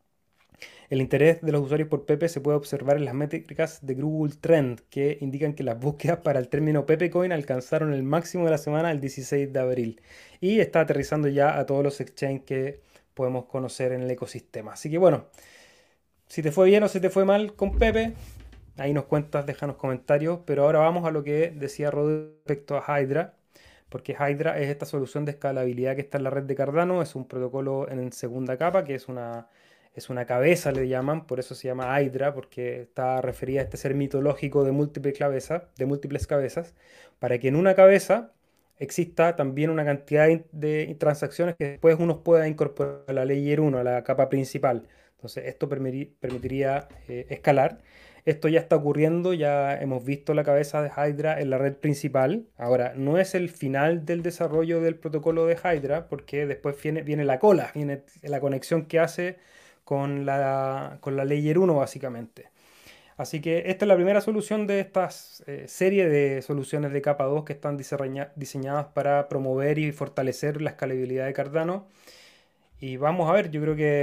El interés de los usuarios por Pepe se puede observar en las métricas de Google Trend, que indican que las búsquedas para el término Pepecoin alcanzaron el máximo de la semana el dieciséis de abril y está aterrizando ya a todos los exchanges que podemos conocer en el ecosistema. Así que bueno, si te fue bien o si te fue mal con Pepe, ahí nos cuentas, déjanos comentarios, pero ahora vamos a lo que decía Rod respecto a Hydra. Porque Hydra es esta solución de escalabilidad que está en la red de Cardano, es un protocolo en segunda capa, que es una, es una cabeza, le llaman, por eso se llama Hydra, porque está referida a este ser mitológico de múltiples cabezas, de múltiples cabezas, para que en una cabeza exista también una cantidad de, de transacciones que después uno pueda incorporar a la layer uno, a la capa principal. Entonces esto permiti- permitiría eh, escalar. Esto ya está ocurriendo, ya hemos visto la cabeza de Hydra en la red principal. Ahora, no es el final del desarrollo del protocolo de Hydra, porque después viene, viene la cola, viene la conexión que hace con la, con la Layer uno, básicamente. Así que esta es la primera solución de esta eh, serie de soluciones de capa dos que están diseña- diseñadas para promover y fortalecer la escalabilidad de Cardano. Y vamos a ver, yo creo que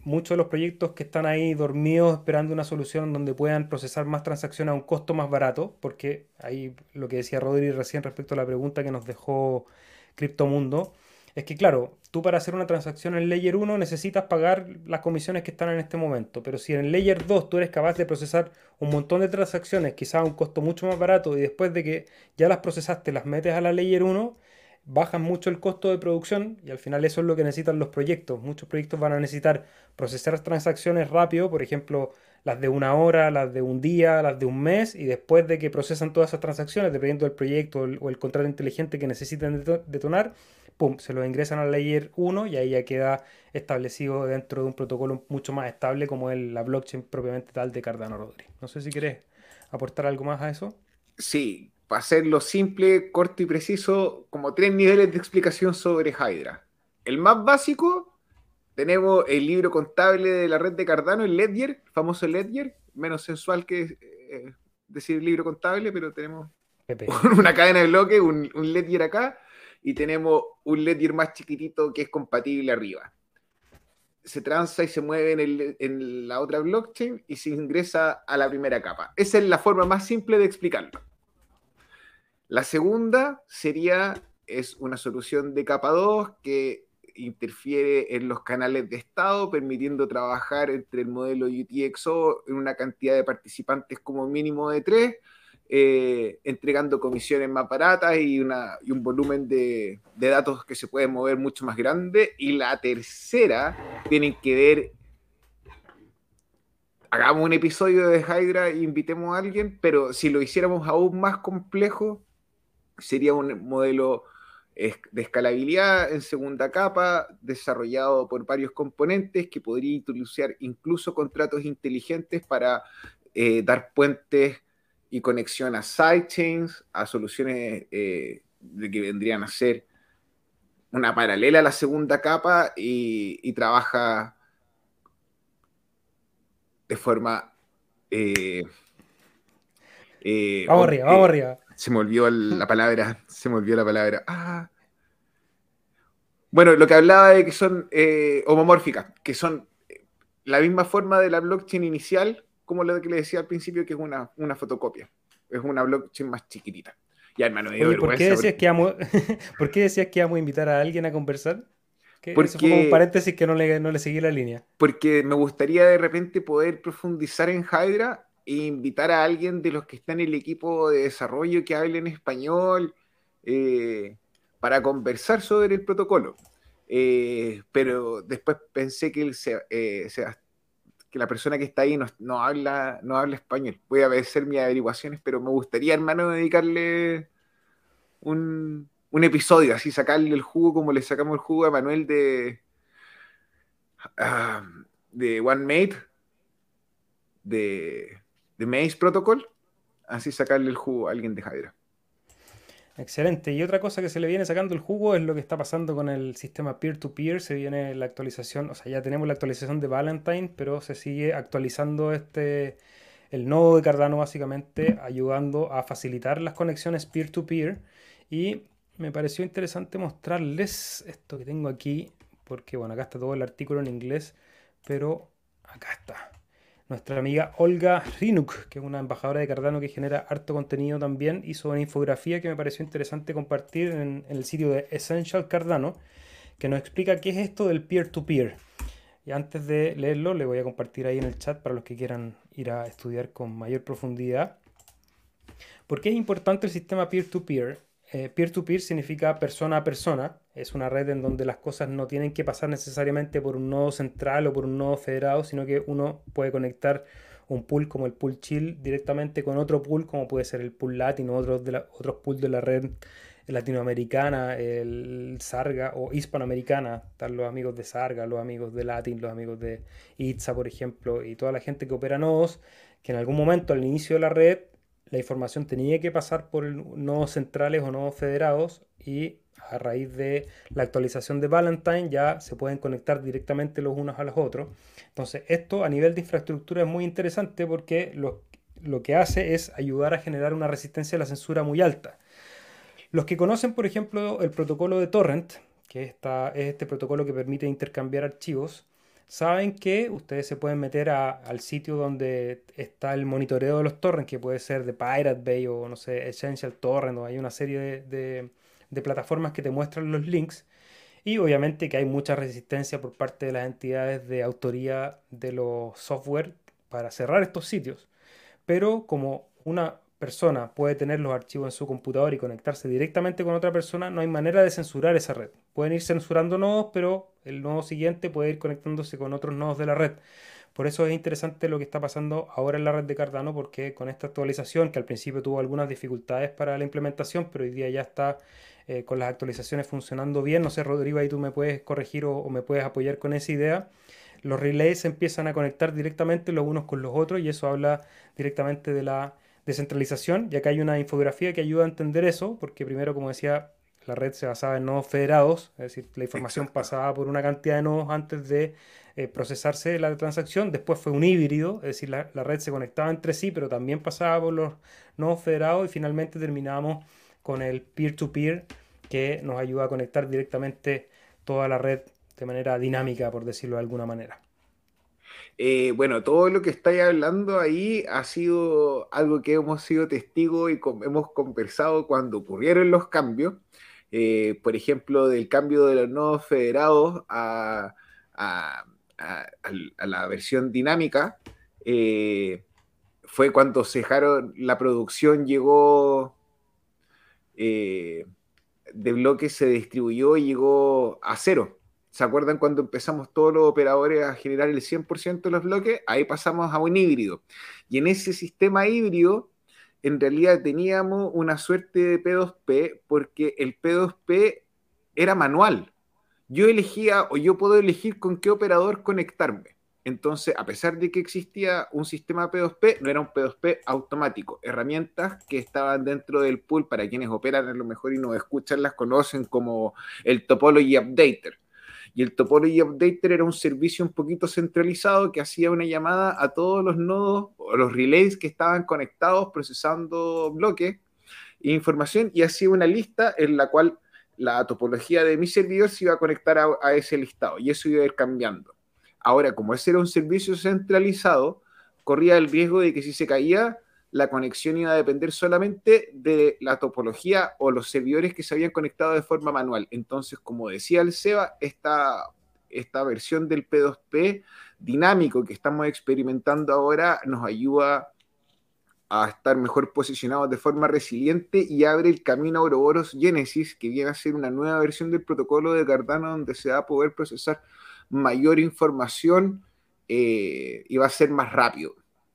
muchos de los proyectos que están ahí dormidos esperando una solución donde puedan procesar más transacciones a un costo más barato, porque ahí lo que decía Rodri recién respecto a la pregunta que nos dejó Criptomundo, es que claro, tú para hacer una transacción en Layer uno necesitas pagar las comisiones que están en este momento, pero si en Layer dos tú eres capaz de procesar un montón de transacciones, quizás a un costo mucho más barato, y después de que ya las procesaste, las metes a la Layer uno, bajan mucho el costo de producción y al final eso es lo que necesitan los proyectos. Muchos proyectos van a necesitar procesar transacciones rápido, por ejemplo, las de una hora, las de un día, las de un mes, y después de que procesan todas esas transacciones, dependiendo del proyecto o el, o el contrato inteligente que necesiten deto- detonar, pum, se lo ingresan al layer uno y ahí ya queda establecido dentro de un protocolo mucho más estable como es la blockchain propiamente tal de Cardano Rodri. No sé si querés aportar algo más a eso. Sí, para hacerlo simple, corto y preciso, como tres niveles de explicación sobre Hydra. El más básico, tenemos el libro contable de la red de Cardano, el Ledger, el famoso Ledger, menos sensual que eh, decir libro contable, pero tenemos Pepe. una cadena de bloques, un, un Ledger acá, y tenemos un Ledger más chiquitito que es compatible arriba. Se transa y se mueve en, el, en la otra blockchain y se ingresa a la primera capa. Esa es la forma más simple de explicarlo. La segunda sería, es una solución de capa dos que interfiere en los canales de estado, permitiendo trabajar entre el modelo U T X O en una cantidad de participantes como mínimo de tres, eh, entregando comisiones más baratas y, una, y un volumen de, de datos que se puede mover mucho más grande. Y la tercera tiene que ver, hagamos un episodio de Hydra e invitemos a alguien, pero si lo hiciéramos aún más complejo, sería un modelo de escalabilidad en segunda capa, desarrollado por varios componentes que podría introducir incluso contratos inteligentes para eh, dar puentes y conexión a sidechains, a soluciones eh, de que vendrían a ser una paralela a la segunda capa y, y trabaja de forma eh, eh, Vamos arriba, vamos eh, arriba. se me olvidó la palabra, se me olvidó la palabra. Ah, bueno, lo que hablaba de que son eh, homomórficas, que son eh, la misma forma de la blockchain inicial, como lo que le decía al principio, que es una, una fotocopia. Es una blockchain más chiquitita. Ya, hermano, me dio Oye, ¿por qué vergüenza decías porque, que vamos, ¿por qué decías que íbamos a invitar a alguien a conversar? Que ese fue como un porque, paréntesis que no le, no le seguí la línea. porque me gustaría de repente poder profundizar en Hydra e invitar a alguien de los que están en el equipo de desarrollo que hable en español eh, para conversar sobre el protocolo. Eh, pero después pensé que, el, eh, que la persona que está ahí no, no, habla, no habla español. Voy a hacer mis averiguaciones, pero me gustaría, hermano, dedicarle un, un episodio, así sacarle el jugo como le sacamos el jugo a Manuel de, uh, de OneMate, de, de Maze Protocol, así sacarle el jugo a alguien de Hydra. Excelente. Y otra cosa que se le viene sacando el jugo es lo que está pasando con el sistema peer-to-peer. Se viene la actualización, o sea, ya tenemos la actualización de Valentine, pero se sigue actualizando este, el nodo de Cardano básicamente, ayudando a facilitar las conexiones peer-to-peer. Y me pareció interesante mostrarles esto que tengo aquí, porque bueno, acá está todo el artículo en inglés, pero acá está. Nuestra amiga Olga Rinuk, que es una embajadora de Cardano que genera harto contenido también, hizo una infografía que me pareció interesante compartir en, en el sitio de Essential Cardano, que nos explica qué es esto del peer-to-peer. Y antes de leerlo, le voy a compartir ahí en el chat para los que quieran ir a estudiar con mayor profundidad. ¿Por qué es importante el sistema peer-to-peer? Eh, peer-to-peer significa persona a persona. Es una red en donde las cosas no tienen que pasar necesariamente por un nodo central o por un nodo federado, sino que uno puede conectar un pool como el pool chill directamente con otro pool, como puede ser el pool Latin o otros, de la, otros pools de la red latinoamericana, el Sarga o hispanoamericana. Están los amigos de Sarga, los amigos de Latin, los amigos de Itza, por ejemplo, y toda la gente que opera nodos, que en algún momento al inicio de la red la información tenía que pasar por nodos centrales o nodos federados y a raíz de la actualización de Valentine ya se pueden conectar directamente los unos a los otros. Entonces esto a nivel de infraestructura es muy interesante porque lo, lo que hace es ayudar a generar una resistencia a la censura muy alta. Los que conocen, por ejemplo, el protocolo de Torrent, que esta, es este protocolo que permite intercambiar archivos, saben que ustedes se pueden meter a- al sitio donde está el monitoreo de los torrents, que puede ser de Pirate Bay o no sé, Essential Torrent, o hay una serie de, de- de plataformas que te muestran los links. Y obviamente que hay mucha resistencia por parte de las entidades de autoría de los software para cerrar estos sitios. Pero como una persona puede tener los archivos en su computador y conectarse directamente con otra persona, no hay manera de censurar esa red. Pueden ir censurando nodos, pero el nodo siguiente puede ir conectándose con otros nodos de la red. Por eso es interesante lo que está pasando ahora en la red de Cardano, porque con esta actualización, que al principio tuvo algunas dificultades para la implementación, pero hoy día ya está eh, con las actualizaciones funcionando bien. No sé, Rodrigo, ahí tú me puedes corregir o, o me puedes apoyar con esa idea. Los relays se empiezan a conectar directamente los unos con los otros y eso habla directamente de la descentralización, ya que hay una infografía que ayuda a entender eso, porque primero, como decía, la red se basaba en nodos federados, es decir, la información Exacto. pasaba por una cantidad de nodos antes de eh, procesarse la transacción, después fue un híbrido, es decir, la, la red se conectaba entre sí, pero también pasaba por los nodos federados y finalmente terminamos con el peer-to-peer que nos ayuda a conectar directamente toda la red de manera dinámica, por decirlo de alguna manera. Eh, bueno, todo lo que estáis hablando ahí ha sido algo que hemos sido testigos y con- hemos conversado cuando ocurrieron los cambios. Eh, por ejemplo, del cambio de los nodos federados a, a- a- al- a la versión dinámica. eh, Fue cuando cejaron, la producción llegó, eh, de bloques se distribuyó y llegó a cero. ¿Se acuerdan cuando empezamos todos los operadores a generar el cien por ciento de los bloques? Ahí pasamos a un híbrido. Y en ese sistema híbrido, en realidad teníamos una suerte de P dos P porque el P dos P era manual. Yo elegía o yo puedo elegir con qué operador conectarme. Entonces, a pesar de que existía un sistema P dos P, no era un P dos P automático. Herramientas que estaban dentro del pool para quienes operan a lo mejor y nos escuchan las conocen como el Topology Updater. Y el Topology Updater era un servicio un poquito centralizado que hacía una llamada a todos los nodos o los relays que estaban conectados procesando bloques e información y hacía una lista en la cual la topología de mi servidor se iba a conectar a, a ese listado y eso iba a ir cambiando. Ahora, como ese era un servicio centralizado, corría el riesgo de que si se caía, la conexión iba a depender solamente de la topología o los servidores que se habían conectado de forma manual. Entonces, como decía el Seba, esta, esta versión del P dos P dinámico que estamos experimentando ahora nos ayuda a estar mejor posicionados de forma resiliente y abre el camino a Ouroboros Genesis, que viene a ser una nueva versión del protocolo de Cardano donde se va a poder procesar mayor información eh, y va a ser más rápido,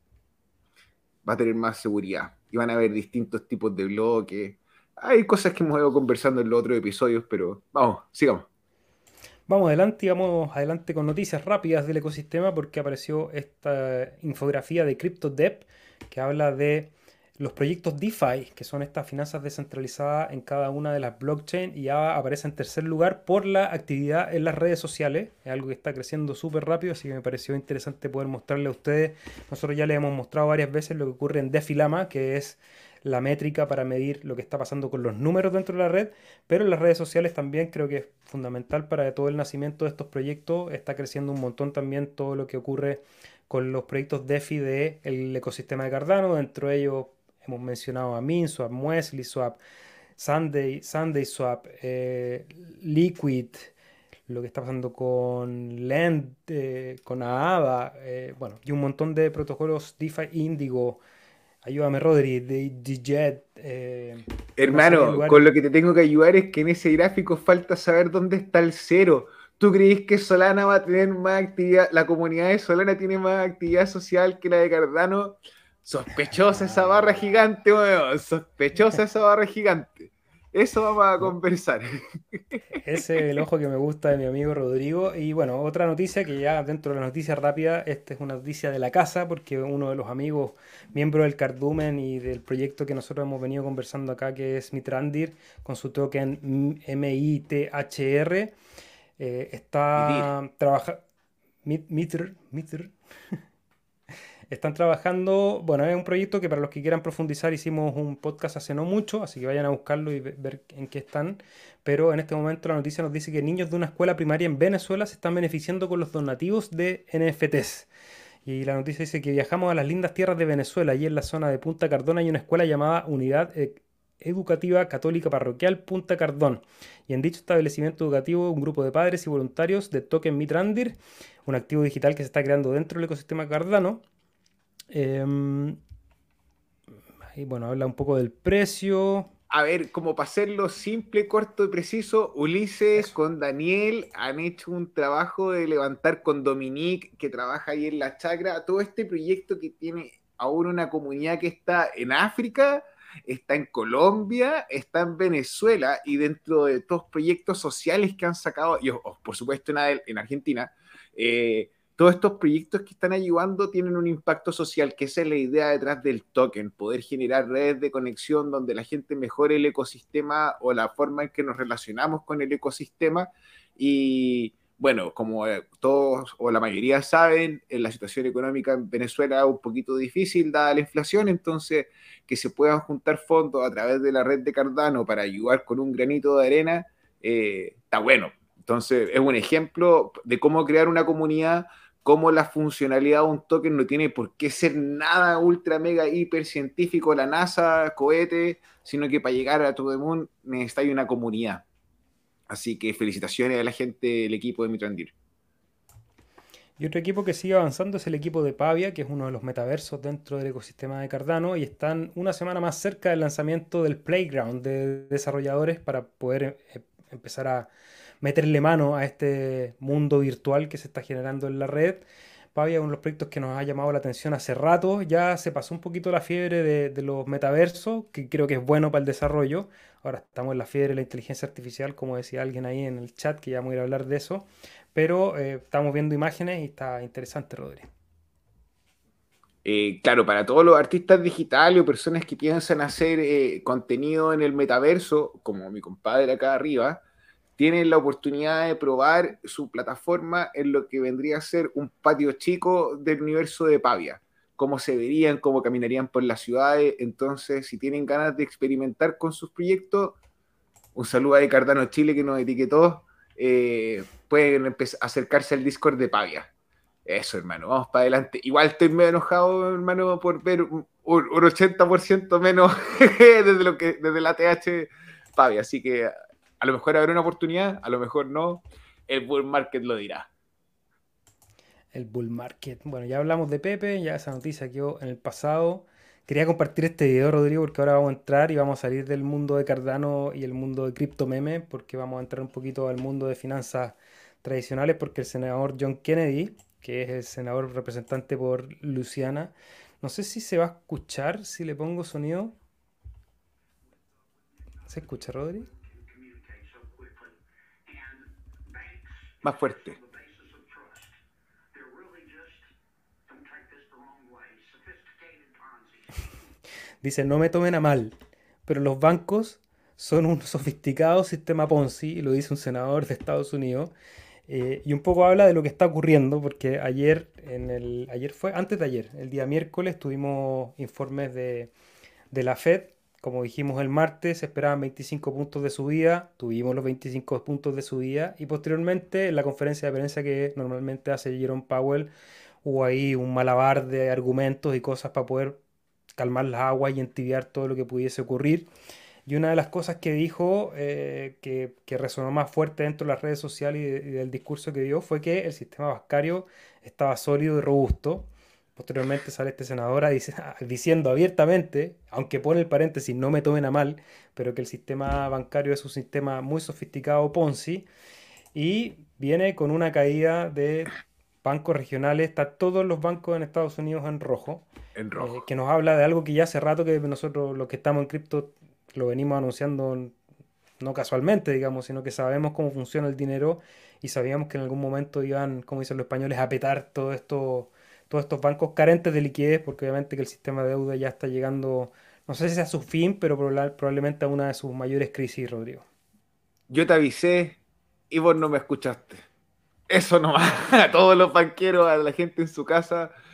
va a tener más seguridad y van a haber distintos tipos de bloques. Hay cosas que hemos ido conversando en los otros episodios, pero vamos, sigamos. Vamos adelante y vamos adelante con noticias rápidas del ecosistema porque apareció esta infografía de CryptoDev que habla de los proyectos DeFi, que son estas finanzas descentralizadas en cada una de las blockchain y ya aparece en tercer lugar por la actividad en las redes sociales. Es algo que está creciendo súper rápido, así que me pareció interesante poder mostrarle a ustedes. Nosotros ya les hemos mostrado varias veces lo que ocurre en DeFi-Lama, que es la métrica para medir lo que está pasando con los números dentro de la red, pero en las redes sociales también creo que es fundamental para todo el nacimiento de estos proyectos. Está creciendo un montón también todo lo que ocurre con los proyectos DeFi del ecosistema de Cardano. Dentro de ellos hemos mencionado a MinSwap, MuesliSwap, Sunday, SundaySwap, eh, Liquid, lo que está pasando con Lend, eh, con Aava, eh, bueno, y un montón de protocolos DeFi Indigo. Ayúdame, Rodri, de DJet, eh, una serie de Hermano, con lugares. lo que te tengo que ayudar es que en ese gráfico falta saber dónde está el cero. ¿Tú crees que Solana va a tener más actividad? La comunidad de Solana tiene más actividad social que la de Cardano. Sospechosa esa barra Ah, gigante, weón. Sospechosa esa barra gigante. Eso vamos a no, conversar. ese es el ojo que me gusta de mi amigo Rodrigo. Y bueno, otra noticia que ya dentro de la noticia rápida, esta es una noticia de la casa, porque uno de los amigos, miembro del Cardumen y del proyecto que nosotros hemos venido conversando acá, que es Mitrandir, con su token M I T H R, eh, Mitir. está trabajando. Mitr, Mitr, Están trabajando, bueno, es un proyecto que para los que quieran profundizar hicimos un podcast hace no mucho, así que vayan a buscarlo y ve- ver en qué están. Pero en este momento la noticia nos dice que niños de una escuela primaria en Venezuela se están beneficiando con los donativos de N F Ts. Y la noticia dice que viajamos a las lindas tierras de Venezuela. Allí en la zona de Punta Cardón hay una escuela llamada Unidad E- Educativa Católica Parroquial Punta Cardón. Y en dicho establecimiento educativo, un grupo de padres y voluntarios de Token Mitrandir, un activo digital que se está creando dentro del ecosistema cardano. em, y bueno, habla un poco del precio. A ver, como para hacerlo simple, corto y preciso, Ulises Eso. con Daniel han hecho un trabajo de levantar con Dominique, que trabaja ahí en la chacra, todo este proyecto que tiene ahora una comunidad que está en África, está en Colombia, está en Venezuela, y dentro de todos los proyectos sociales que han sacado, y oh, por supuesto en, en Argentina, eh, todos estos proyectos que están ayudando tienen un impacto social, que esa es la idea detrás del token, poder generar redes de conexión donde la gente mejore el ecosistema o la forma en que nos relacionamos con el ecosistema. Y bueno, como eh, todos o la mayoría saben, en la situación económica en Venezuela es un poquito difícil dada la inflación, entonces que se puedan juntar fondos a través de la red de Cardano para ayudar con un granito de arena, eh, está bueno. Entonces es un ejemplo de cómo crear una comunidad, cómo la funcionalidad de un token no tiene por qué ser nada ultra mega hiper científico, la NASA, cohete, sino que para llegar a todo el mundo necesita una comunidad. Así que felicitaciones a la gente del equipo de Mitrandir. Y otro equipo que sigue avanzando es el equipo de Pavia, que es uno de los metaversos dentro del ecosistema de Cardano, y están una semana más cerca del lanzamiento del Playground de desarrolladores para poder eh, empezar a meterle mano a este mundo virtual que se está generando en la red. Pavia es uno de los proyectos que nos ha llamado la atención hace rato. Ya se pasó un poquito la fiebre de, de los metaversos, que creo que es bueno para el desarrollo. Ahora estamos en la fiebre de la inteligencia artificial, como decía alguien ahí en el chat, que ya vamos a ir a hablar de eso. Pero eh, estamos viendo imágenes y está interesante, Rodri. Eh, claro, para todos los artistas digitales o personas que piensan hacer eh, contenido en el metaverso, como mi compadre acá arriba, tienen la oportunidad de probar su plataforma en lo que vendría a ser un patio chico del universo de Pavia. Cómo se verían, cómo caminarían por las ciudades. Entonces, si tienen ganas de experimentar con sus proyectos, un saludo a Cardano Chile que nos etiquetó, eh, pueden empezar a acercarse al Discord de Pavia. Eso, hermano, vamos para adelante. Igual estoy medio enojado, hermano, por ver un, un ochenta por ciento menos desde, lo que, desde la T H Pavia. Así que a lo mejor habrá una oportunidad, a lo mejor no. El bull market lo dirá. El bull market. Bueno, ya hablamos de Pepe, ya esa noticia quedó en el pasado. Quería compartir este video, Rodrigo, porque ahora vamos a entrar y vamos a salir del mundo de Cardano y el mundo de cripto meme, porque vamos a entrar un poquito al mundo de finanzas tradicionales, porque el senador John Kennedy, que es el senador representante por Luisiana, no sé si se va a escuchar si le pongo sonido. ¿Se escucha, Rodri? Más fuerte. Dice, no me tomen a mal, pero los bancos son un sofisticado sistema Ponzi, y lo dice un senador de Estados Unidos. Eh, y un poco habla de lo que está ocurriendo, porque ayer, en el, ayer fue, antes de ayer, el día miércoles, tuvimos informes de, de la Fed. Como dijimos el martes, se esperaban veinticinco puntos de subida, tuvimos los veinticinco puntos de subida, y posteriormente en la conferencia de prensa que normalmente hace Jerome Powell, hubo ahí un malabar de argumentos y cosas para poder calmar las aguas y entibiar todo lo que pudiese ocurrir. Y una de las cosas que dijo, eh, que, que resonó más fuerte dentro de las redes sociales y, de- y del discurso que dio, fue que el sistema bancario estaba sólido y robusto. Posteriormente sale este senador a dice- diciendo abiertamente, aunque pone el paréntesis, no me tomen a mal, pero que el sistema bancario es un sistema muy sofisticado Ponzi, y viene con una caída de bancos regionales. Está todos los bancos en Estados Unidos en rojo, En eh, rojo. que nos habla de algo que ya hace rato que nosotros los que estamos en cripto lo venimos anunciando, no casualmente, digamos, sino que sabemos cómo funciona el dinero y sabíamos que en algún momento iban, como dicen los españoles, a petar todo esto, todos estos bancos carentes de liquidez, porque obviamente que el sistema de deuda ya está llegando, no sé si a su fin, pero proba- probablemente a una de sus mayores crisis, Rodrigo. Yo te avisé y vos no me escuchaste. Eso nomás. A todos los banqueros, a la gente en su casa.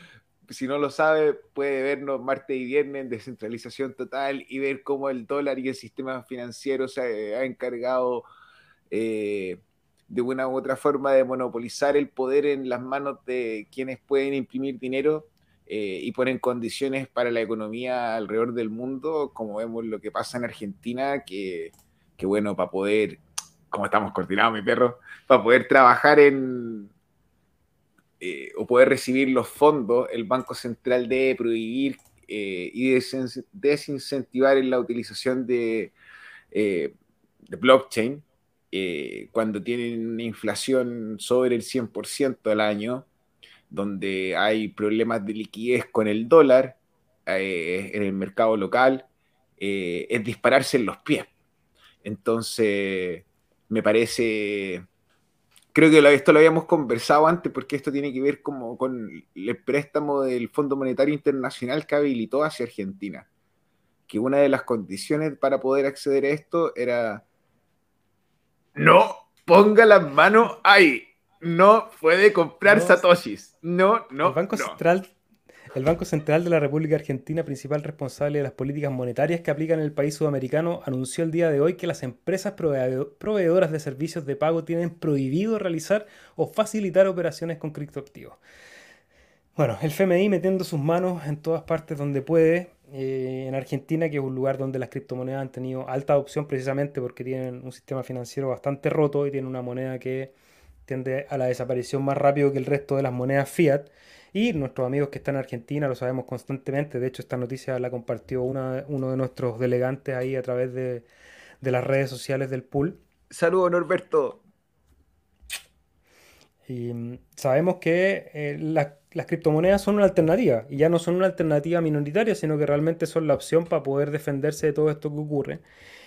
si no lo sabe, puede vernos martes y viernes en Descentralización Total y ver cómo el dólar y el sistema financiero se ha encargado eh, de una u otra forma de monopolizar el poder en las manos de quienes pueden imprimir dinero eh, y ponen condiciones para la economía alrededor del mundo, como vemos lo que pasa en Argentina, que, que bueno, para poder, como estamos coordinados, mi perro, para poder trabajar en... Eh, o poder recibir los fondos, el Banco Central debe prohibir eh, y desincentivar en la utilización de, eh, de blockchain eh, cuando tienen una inflación sobre el cien por ciento al año, donde hay problemas de liquidez con el dólar eh, en el mercado local, eh, es dispararse en los pies. Entonces, me parece, creo que esto lo habíamos conversado antes, porque esto tiene que ver como con el préstamo del Fondo Monetario Internacional que habilitó hacia Argentina, que una de las condiciones para poder acceder a esto era no ponga las manos ahí, no puede comprar No, satoshis, no, el no, Banco no. Central, el Banco Central de la República Argentina, principal responsable de las políticas monetarias que aplican en el país sudamericano, anunció el día de hoy que las empresas prove- proveedoras de servicios de pago tienen prohibido realizar o facilitar operaciones con criptoactivos. Bueno, el F M I metiendo sus manos en todas partes donde puede. Eh, en Argentina, que es un lugar donde las criptomonedas han tenido alta adopción precisamente porque tienen un sistema financiero bastante roto y tienen una moneda que tiende a la desaparición más rápido que el resto de las monedas fiat. Y nuestros amigos que están en Argentina lo sabemos constantemente. De hecho, esta noticia la compartió una- uno de nuestros delegantes ahí a través de, de las redes sociales del pool. Saludos, Norberto. Y mm, sabemos que eh, las, las criptomonedas son una alternativa, y ya no son una alternativa minoritaria, sino que realmente son la opción para poder defenderse de todo esto que ocurre.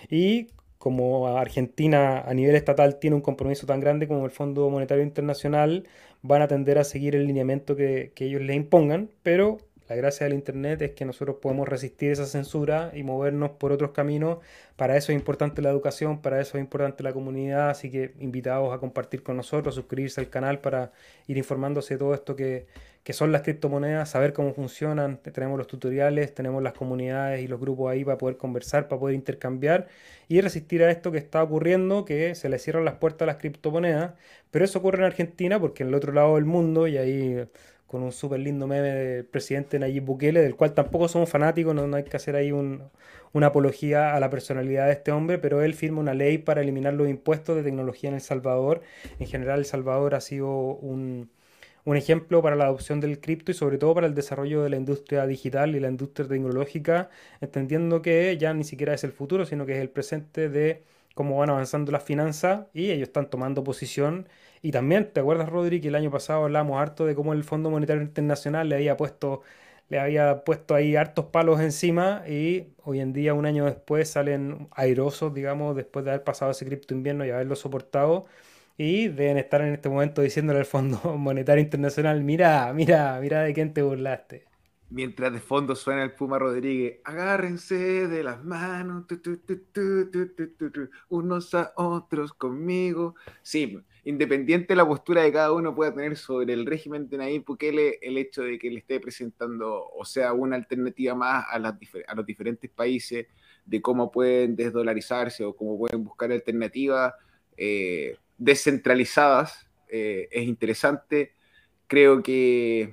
Y como Argentina a nivel estatal tiene un compromiso tan grande como el Fondo Monetario Internacional, van a tender a seguir el lineamiento que, que ellos les impongan, pero la gracia del Internet es que nosotros podemos resistir esa censura y movernos por otros caminos. Para eso es importante la educación, para eso es importante la comunidad, así que invitados a compartir con nosotros, suscribirse al canal para ir informándose de todo esto que, que son las criptomonedas, saber cómo funcionan. Tenemos los tutoriales, tenemos las comunidades y los grupos ahí para poder conversar, para poder intercambiar y resistir a esto que está ocurriendo, que se le cierran las puertas a las criptomonedas. Pero eso ocurre en Argentina porque en el otro lado del mundo, y ahí con un súper lindo meme del presidente Nayib Bukele, del cual tampoco somos fanáticos, no, no hay que hacer ahí un, una apología a la personalidad de este hombre, pero él firma una ley para eliminar los impuestos de tecnología en El Salvador. En general, El Salvador ha sido un, un ejemplo para la adopción del cripto y sobre todo para el desarrollo de la industria digital y la industria tecnológica, entendiendo que ya ni siquiera es el futuro, sino que es el presente de cómo van avanzando las finanzas y ellos están tomando posición. Y también, ¿te acuerdas, Rodri, que el año pasado hablábamos harto de cómo el Fondo Monetario Internacional le había puesto, le había puesto ahí hartos palos encima y hoy en día, un año después, salen airosos, digamos, después de haber pasado ese cripto invierno y haberlo soportado? Y deben estar en este momento diciéndole al Fondo Monetario Internacional, mira, mira, mira de quién te burlaste. Mientras de fondo suena el Puma Rodríguez, agárrense de las manos, tu, tu, tu, tu, tu, tu, tu, tu, unos a otros conmigo. Sí, independiente de la postura de cada uno pueda tener sobre el régimen de Nayib Bukele, el hecho de que le esté presentando, o sea, una alternativa más a, las, a los diferentes países de cómo pueden desdolarizarse o cómo pueden buscar alternativas eh, descentralizadas, eh, es interesante. Creo que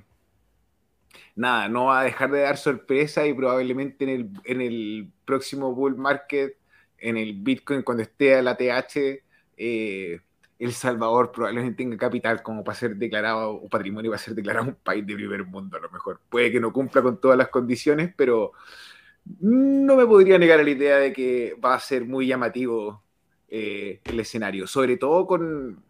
nada, no va a dejar de dar sorpresa y probablemente en el, en el próximo bull market, en el Bitcoin, cuando esté a la T H, eh, El Salvador probablemente tenga capital como para ser declarado, o patrimonio para ser declarado un país de primer mundo a lo mejor. Puede que no cumpla con todas las condiciones, pero no me podría negar a la idea de que va a ser muy llamativo eh, el escenario, sobre todo con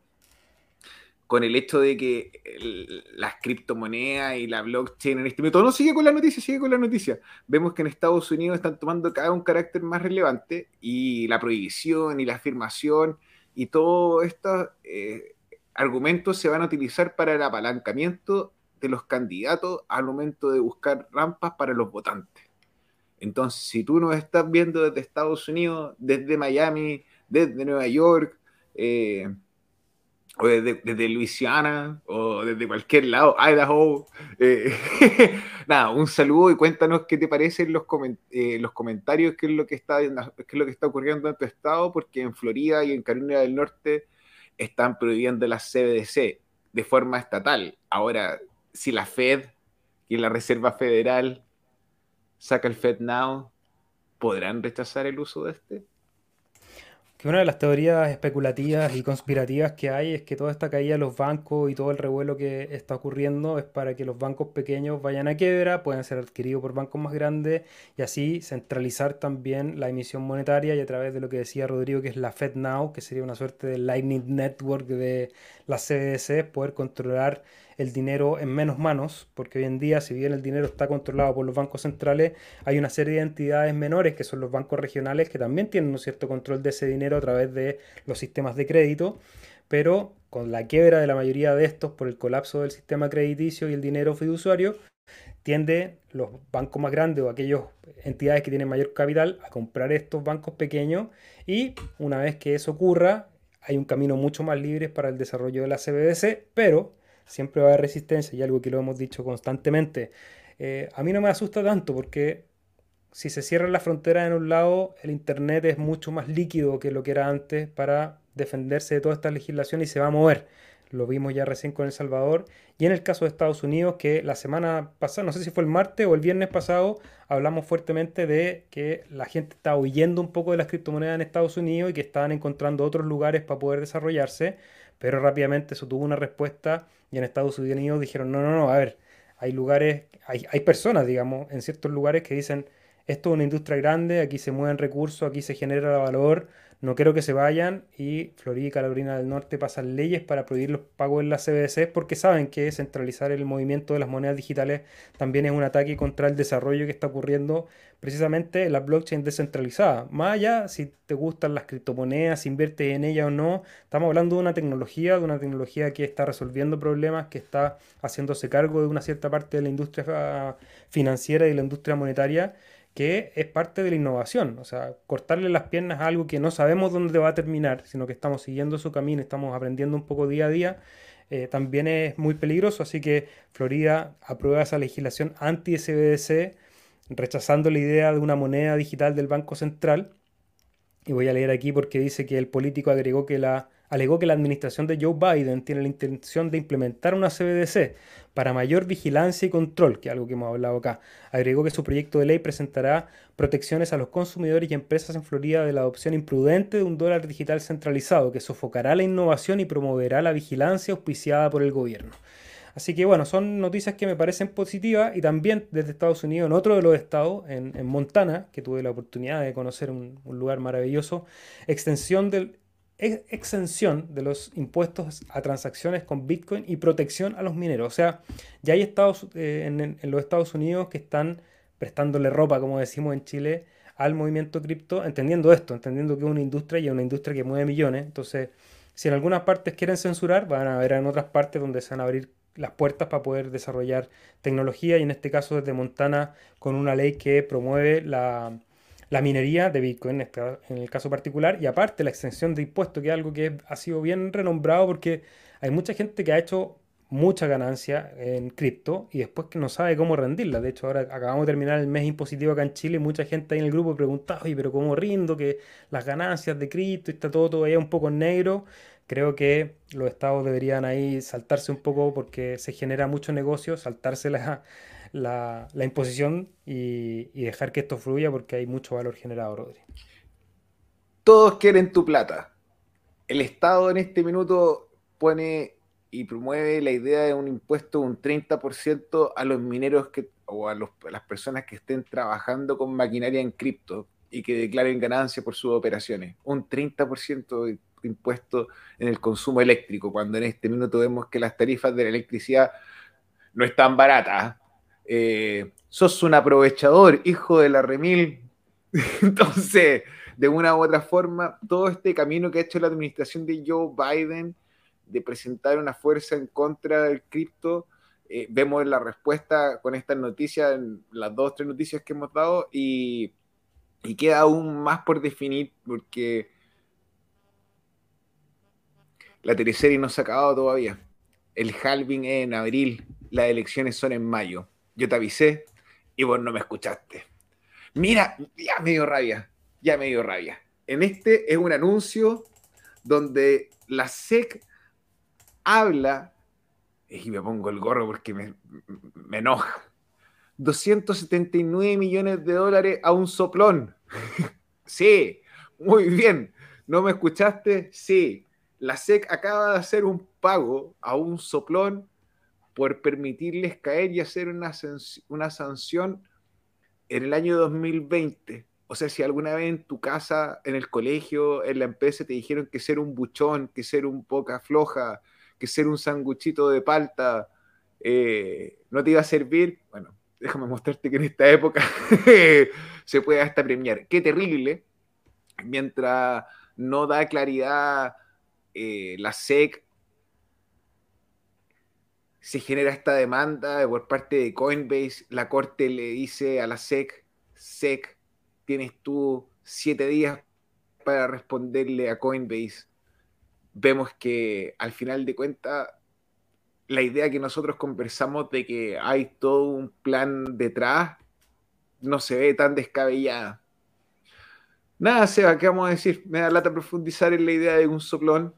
con el hecho de que el, las criptomonedas y la blockchain en este momento, no, sigue con la noticia, sigue con la noticia. Vemos que en Estados Unidos están tomando cada un carácter más relevante y la prohibición y la afirmación y todos estos eh, argumentos se van a utilizar para el apalancamiento de los candidatos al momento de buscar rampas para los votantes. Entonces, si tú nos estás viendo desde Estados Unidos, desde Miami, desde Nueva York, eh, o desde, desde Luisiana, o desde cualquier lado, Idaho. Eh, nada, un saludo y cuéntanos qué te parecen los, coment eh, los comentarios, qué es, lo que está, qué es lo que está ocurriendo en tu estado, porque en Florida y en Carolina del Norte están prohibiendo las C B D C de forma estatal. Ahora, si la Fed y la Reserva Federal saca el Fed Now, ¿podrán rechazar el uso de este? Que una de las teorías especulativas y conspirativas que hay es que toda esta caída de los bancos y todo el revuelo que está ocurriendo es para que los bancos pequeños vayan a quiebra, puedan ser adquiridos por bancos más grandes y así centralizar también la emisión monetaria y a través de lo que decía Rodrigo, que es la FedNow, que sería una suerte de Lightning Network de las C B D C, poder controlar el dinero en menos manos, porque hoy en día, si bien el dinero está controlado por los bancos centrales, hay una serie de entidades menores que son los bancos regionales que también tienen un cierto control de ese dinero a través de los sistemas de crédito, pero con la quiebra de la mayoría de estos por el colapso del sistema crediticio y el dinero fiduciario, tiende los bancos más grandes o aquellas entidades que tienen mayor capital a comprar estos bancos pequeños y una vez que eso ocurra, hay un camino mucho más libre para el desarrollo de la C B D C, pero siempre va a haber resistencia y algo que lo hemos dicho constantemente. Eh, a mí no me asusta tanto porque si se cierran las fronteras en un lado, el Internet es mucho más líquido que lo que era antes para defenderse de toda esta legislación y se va a mover. Lo vimos ya recién con El Salvador. Y en el caso de Estados Unidos, que la semana pasada, no sé si fue el martes o el viernes pasado, hablamos fuertemente de que la gente estaba huyendo un poco de las criptomonedas en Estados Unidos y que estaban encontrando otros lugares para poder desarrollarse, pero rápidamente eso tuvo una respuesta y en Estados Unidos dijeron, no, no, no, a ver, hay lugares, hay, hay personas, digamos, en ciertos lugares que dicen, esto es una industria grande, aquí se mueven recursos, aquí se genera valor, no quiero que se vayan y Florida y Carolina del Norte pasan leyes para prohibir los pagos en las C B D C porque saben que centralizar el movimiento de las monedas digitales también es un ataque contra el desarrollo que está ocurriendo precisamente en la blockchain descentralizada. Más allá si te gustan las criptomonedas, si inviertes en ellas o no, estamos hablando de una tecnología, de una tecnología que está resolviendo problemas, que está haciéndose cargo de una cierta parte de la industria ah, financiera y de la industria monetaria que es parte de la innovación. O sea, cortarle las piernas a algo que no sabemos dónde va a terminar, sino que estamos siguiendo su camino, estamos aprendiendo un poco día a día, eh, también es muy peligroso. Así que Florida aprueba esa legislación anti-S B D C, rechazando la idea de una moneda digital del Banco Central. Y voy a leer aquí porque dice que el político agregó que la, alegó que la administración de Joe Biden tiene la intención de implementar una C B D C para mayor vigilancia y control, que es algo que hemos hablado acá. Agregó que su proyecto de ley presentará protecciones a los consumidores y empresas en Florida de la adopción imprudente de un dólar digital centralizado, que sofocará la innovación y promoverá la vigilancia auspiciada por el gobierno. Así que bueno, son noticias que me parecen positivas y también desde Estados Unidos, en otro de los estados, en, en Montana, que tuve la oportunidad de conocer un, un lugar maravilloso, extensión del, ex- exención de los impuestos a transacciones con Bitcoin y protección a los mineros. O sea, ya hay estados eh, en, en- en los Estados Unidos que están prestándole ropa, como decimos en Chile, al movimiento cripto, entendiendo esto, entendiendo que es una industria y es una industria que mueve millones. Entonces, si en algunas partes quieren censurar, van a haber en otras partes donde se van a abrir las puertas para poder desarrollar tecnología y en este caso desde Montana con una ley que promueve la, la minería de Bitcoin en el caso particular y aparte la extensión de impuestos que es algo que ha sido bien renombrado porque hay mucha gente que ha hecho mucha ganancia en cripto y después que no sabe cómo rendirla. De hecho, ahora acabamos de terminar el mes impositivo acá en Chile y mucha gente ahí en el grupo pregunta, oye, pero ¿cómo rindo? Que las ganancias de cripto y está todo todavía un poco en negro. Creo que los estados deberían ahí saltarse un poco porque se genera mucho negocio, saltarse la, la, la imposición y, y dejar que esto fluya porque hay mucho valor generado, Rodri. Todos quieren tu plata. El Estado en este minuto pone y promueve la idea de un impuesto de un treinta por ciento a los mineros que, o a, los, a las personas que estén trabajando con maquinaria en cripto y que declaren ganancias por sus operaciones. Un treinta por ciento de impuesto en el consumo eléctrico, cuando en este minuto vemos que las tarifas de la electricidad no están baratas. Eh, sos un aprovechador, hijo de la remil. Entonces, de una u otra forma, todo este camino que ha hecho la administración de Joe Biden de presentar una fuerza en contra del cripto, eh, vemos la respuesta con estas noticias, en las dos o tres noticias que hemos dado, y, y queda aún más por definir, porque La teleserie no se ha acabado todavía. El halving es en abril, las elecciones son en mayo. Yo te avisé y vos no me escuchaste. Mira, ya me dio rabia, ya me dio rabia. En este es un anuncio donde la S E C habla, y me pongo el gorro porque me, me enoja, doscientos setenta y nueve millones de dólares a un soplón. Sí, muy bien. ¿No me escuchaste? Sí. La S E C acaba de hacer un pago a un soplón por permitirles caer y hacer una, una sanción en el año dos mil veinte. O sea, si alguna vez en tu casa, en el colegio, en la empresa te dijeron que ser un buchón, que ser un poca floja, que ser un sanguchito de palta eh, no te iba a servir, bueno, déjame mostrarte que en esta época se puede hasta premiar. Qué terrible, mientras no da claridad eh, la S E C, se genera esta demanda por parte de Coinbase, la corte le dice a la S E C, S E C, tienes tú siete días para responderle a Coinbase. Vemos que al final de cuentas, la idea que nosotros conversamos de que hay todo un plan detrás no se ve tan descabellada. Nada, Seba, ¿qué vamos a decir? Me da lata profundizar en la idea de un soplón.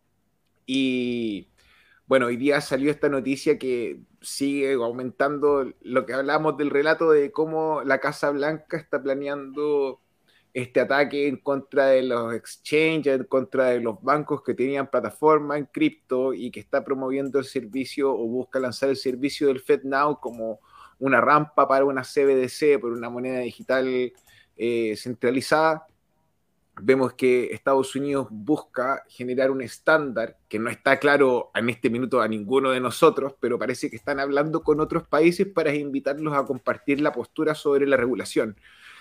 Y bueno, hoy día salió esta noticia que sigue aumentando lo que hablamos del relato de cómo la Casa Blanca está planeando este ataque en contra de los exchanges, en contra de los bancos que tenían plataforma en cripto y que está promoviendo el servicio o busca lanzar el servicio del FedNow como una rampa para una C B D C, por una moneda digital eh, centralizada. Vemos que Estados Unidos busca generar un estándar que no está claro en este minuto a ninguno de nosotros, pero parece que están hablando con otros países para invitarlos a compartir la postura sobre la regulación.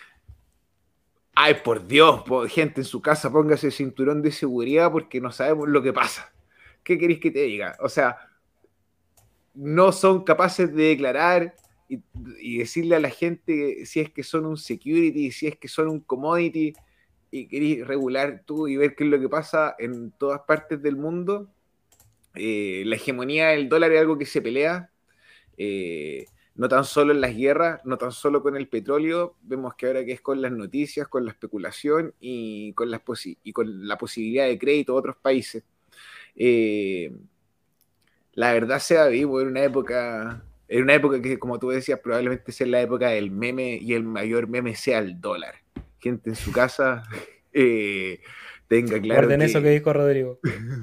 Ay, por Dios, por, gente en su casa, póngase el cinturón de seguridad porque no sabemos lo que pasa. ¿Qué queréis que te diga? O sea, no son capaces de declarar y, y decirle a la gente si es que son un security, si es que son un commodity, y querés regular tú y ver qué es lo que pasa en todas partes del mundo. Eh, la hegemonía del dólar es algo que se pelea, eh, no tan solo en las guerras, no tan solo con el petróleo, vemos que ahora que es con las noticias, con la especulación y con, las posi y con la posibilidad de crédito a otros países. Eh, la verdad sea vivo en una época, en una época que, como tú decías, probablemente sea la época del meme y el mayor meme sea el dólar. Gente en su casa eh, tenga claro Guarden eso que que dijo Rodrigo.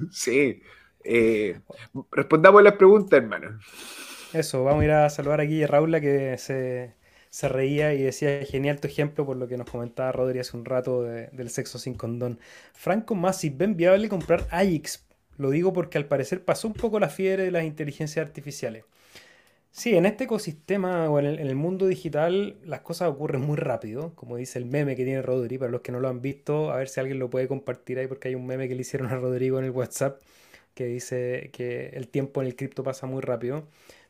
sí. Eh, respondamos las preguntas, hermano. Eso, vamos a ir a saludar aquí a Raúl, que se, se reía y decía, genial tu ejemplo por lo que nos comentaba Rodri hace un rato de- del sexo sin condón. Franco Masi, ¿ven viable comprar A I X? Lo digo porque al parecer pasó un poco la fiebre de las inteligencias artificiales. Sí, en este ecosistema o en el, en el mundo digital las cosas ocurren muy rápido, como dice el meme que tiene Rodri, para los que no lo han visto, a ver si alguien lo puede compartir ahí porque hay un meme que le hicieron a Rodrigo en el WhatsApp que dice que el tiempo en el cripto pasa muy rápido.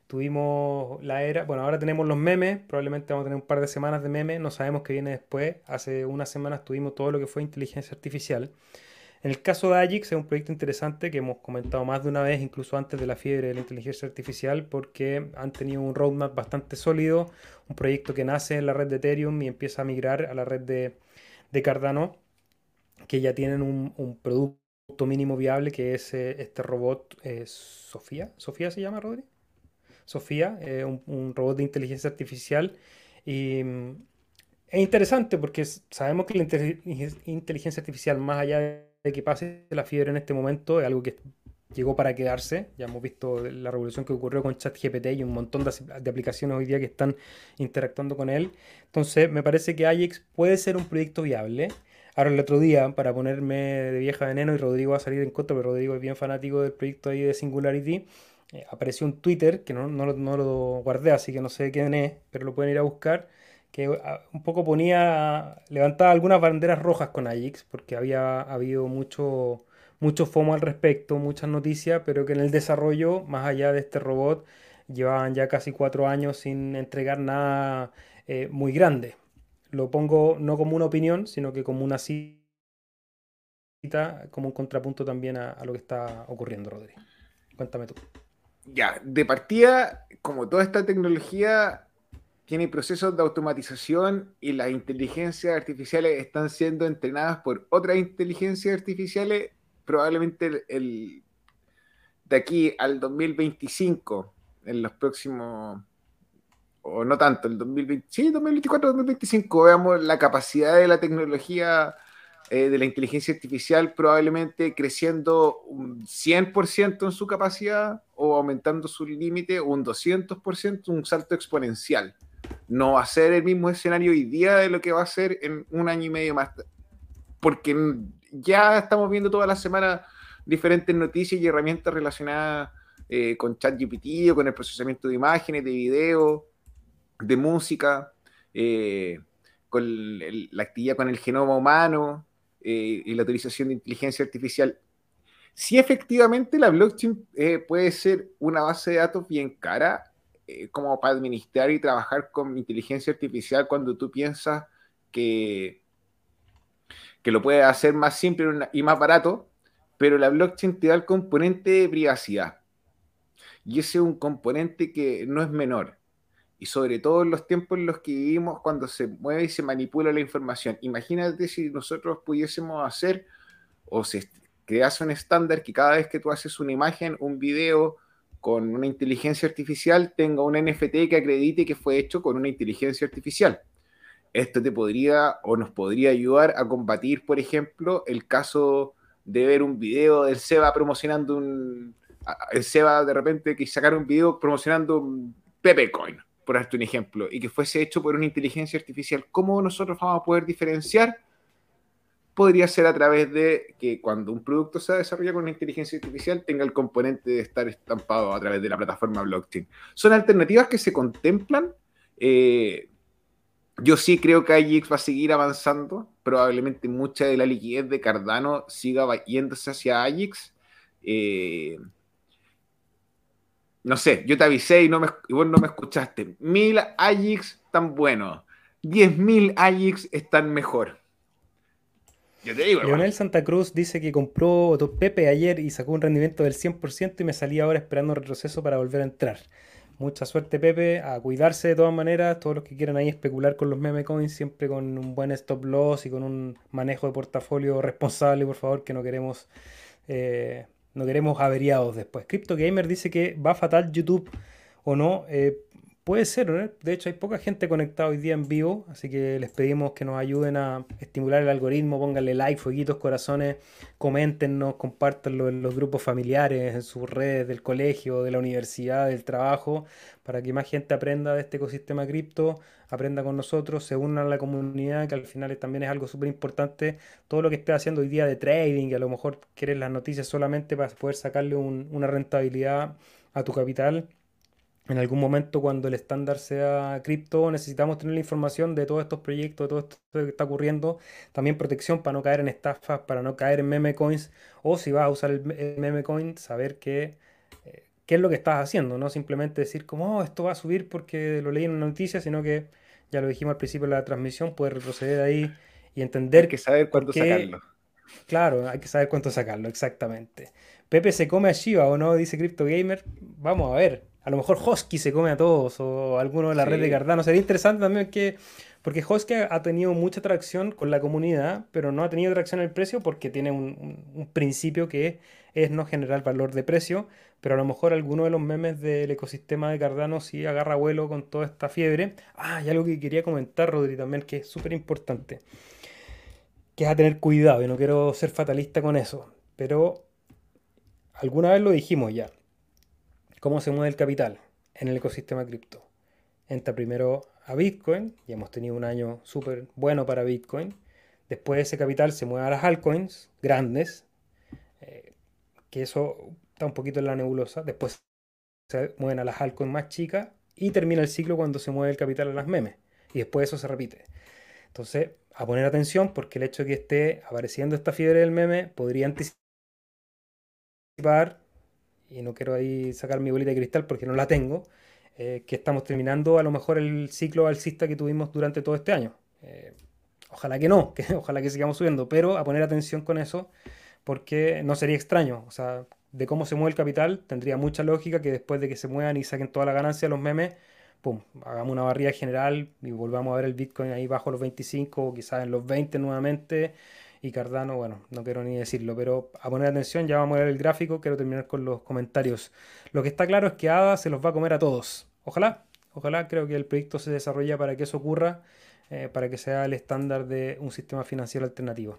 Tuvimos la era, bueno, ahora tenemos los memes, probablemente vamos a tener un par de semanas de memes, no sabemos qué viene después. Hace unas semanas tuvimos todo lo que fue inteligencia artificial. En el caso de Agix es un proyecto interesante que hemos comentado más de una vez, incluso antes de la fiebre de la inteligencia artificial, porque han tenido un roadmap bastante sólido, un proyecto que nace en la red de Ethereum y empieza a migrar a la red de, de Cardano, que ya tienen un, un producto mínimo viable que es eh, este robot eh, Sofía. ¿Sofía se llama, Rodri? Sofía, eh, un, un robot de inteligencia artificial. Y mm, es interesante porque s- sabemos que la inte- inteligencia artificial, más allá de que pase la fiebre en este momento, es algo que llegó para quedarse. Ya hemos visto la revolución que ocurrió con ChatGPT y un montón de, as- de aplicaciones hoy día que están interactuando con él. Entonces, me parece que Ajax puede ser un proyecto viable. Ahora, el otro día, para ponerme de vieja veneno, y Rodrigo va a salir en contra, pero Rodrigo es bien fanático del proyecto ahí de Singularity, eh, apareció un Twitter, que no, no lo no lo guardé, así que no sé quién es, pero lo pueden ir a buscar, que ah, un poco ponía, levantaba algunas banderas rojas con Ajax, porque había habido mucho, mucho FOMO al respecto, muchas noticias, pero que en el desarrollo, más allá de este robot, llevaban ya casi cuatro años sin entregar nada eh, muy grande. Lo pongo no como una opinión, sino que como una cifra como un contrapunto también a, a lo que está ocurriendo, Rodri. Cuéntame tú. Ya, de partida, como toda esta tecnología tiene procesos de automatización y las inteligencias artificiales están siendo entrenadas por otras inteligencias artificiales, probablemente el, el- de aquí al dos mil veinticinco, en los próximos, o no tanto, el dos mil veinte, sí, dos mil veinticuatro, dos mil veinticinco, veamos la capacidad de la tecnología, eh, de la inteligencia artificial probablemente creciendo un cien por ciento en su capacidad o aumentando su límite un doscientos por ciento, un salto exponencial. No va a ser el mismo escenario hoy día de lo que va a ser en un año y medio más, porque ya estamos viendo toda la semana diferentes noticias y herramientas relacionadas eh, con ChatGPT o con el procesamiento de imágenes, de video, de música, eh, con el, la actividad con el genoma humano eh, y la utilización de inteligencia artificial. Sí, efectivamente, la blockchain eh, puede ser una base de datos bien cara, eh, como para administrar y trabajar con inteligencia artificial cuando tú piensas que, que lo puedes hacer más simple y más barato, pero la blockchain te da el componente de privacidad. Y ese es un componente que no es menor. Y sobre todo en los tiempos en los que vivimos, cuando se mueve y se manipula la información. Imagínate si nosotros pudiésemos hacer o se crease un estándar que cada vez que tú haces una imagen, un video con una inteligencia artificial, tenga un N F T que acredite que fue hecho con una inteligencia artificial. Esto te podría o nos podría ayudar a combatir, por ejemplo, el caso de ver un video del Seba promocionando un... El Seba de repente que sacara un video promocionando un Pepe Coin, por darte un ejemplo, y que fuese hecho por una inteligencia artificial. ¿Cómo nosotros vamos a poder diferenciar? Podría ser a través de que cuando un producto se desarrolla con una inteligencia artificial tenga el componente de estar estampado a través de la plataforma blockchain. Son alternativas que se contemplan. Eh, yo sí creo que I X va a seguir avanzando. Probablemente mucha de la liquidez de Cardano siga yéndose hacia I X. Eh, no sé, yo te avisé y, no me, y vos no me escuchaste. Mil I X están buenos. Diez mil I X están mejor. Yo te digo igual. Leonel Santa Cruz dice que compró Pepe ayer y sacó un rendimiento del cien por ciento y me salí ahora esperando un retroceso para volver a entrar. Mucha suerte, Pepe, a cuidarse de todas maneras. Todos los que quieran ahí especular con los meme coins, siempre con un buen stop loss y con un manejo de portafolio responsable, por favor, que no queremos, eh, no queremos averiados después. Crypto Gamer dice que va fatal YouTube o no. Eh, puede ser, ¿no? De hecho, hay poca gente conectada hoy día en vivo, así que les pedimos que nos ayuden a estimular el algoritmo, pónganle like, fueguitos, corazones, coméntenos, compártanlo en los grupos familiares, en sus redes del colegio, de la universidad, del trabajo, para que más gente aprenda de este ecosistema cripto, aprenda con nosotros, se unan a la comunidad, que al final también es algo súper importante. Todo lo que estés haciendo hoy día de trading, que a lo mejor quieres las noticias solamente para poder sacarle un- una rentabilidad a tu capital. En algún momento, cuando el estándar sea cripto, necesitamos tener la información de todos estos proyectos, de todo esto que está ocurriendo. También protección para no caer en estafas, para no caer en meme coins. O si vas a usar el, el meme coin, saber qué, eh, qué es lo que estás haciendo. No simplemente decir como, "Oh, esto va a subir porque lo leí en una noticia", sino que, ya lo dijimos al principio de la transmisión, poder retroceder ahí y Hay que entender saber por cuándo sacarlo. qué. Claro, hay que saber cuánto sacarlo, exactamente. Pepe se come a Shiba o no, dice Crypto Gamer. Vamos a ver. A lo mejor Hosky se come a todos o alguno de la red de Sí. Cardano. Sería interesante también que. Porque Hosky ha tenido mucha atracción con la comunidad, pero no ha tenido atracción en el precio porque tiene un, un- un principio que es no generar valor de precio. Pero a lo mejor alguno de los memes del ecosistema de Cardano sí agarra vuelo con toda esta fiebre. Ah, y algo que quería comentar, Rodri, también, que es súper importante, que es a tener cuidado, y no quiero ser fatalista con eso, pero alguna vez lo dijimos ya, cómo se mueve el capital en el ecosistema cripto. Entra primero a Bitcoin, y hemos tenido un año súper bueno para Bitcoin. Después ese capital se mueve a las altcoins grandes, eh, que eso está un poquito en la nebulosa. Después se mueven a las altcoins más chicas y termina el ciclo cuando se mueve el capital a las memes. Y después eso se repite. Entonces, a poner atención porque el hecho de que esté apareciendo esta fiebre del meme podría anticipar, y no quiero ahí sacar mi bolita de cristal porque no la tengo, eh, que estamos terminando a lo mejor el ciclo alcista que tuvimos durante todo este año. Eh, Ojalá que no, que ojalá que sigamos subiendo, pero a poner atención con eso porque no sería extraño. O sea, de cómo se mueve el capital, tendría mucha lógica que después de que se muevan y saquen toda la ganancia de los memes, pum, hagamos una barrida general y volvamos a ver el Bitcoin ahí bajo los veinticinco o quizás en los veinte nuevamente. Y Cardano, bueno, no quiero ni decirlo, pero a poner atención, ya vamos a ver el gráfico, quiero terminar con los comentarios. Lo que está claro es que A D A se los va a comer a todos. Ojalá, ojalá, creo que el proyecto se desarrolla para que eso ocurra, eh, para que sea el estándar de un sistema financiero alternativo.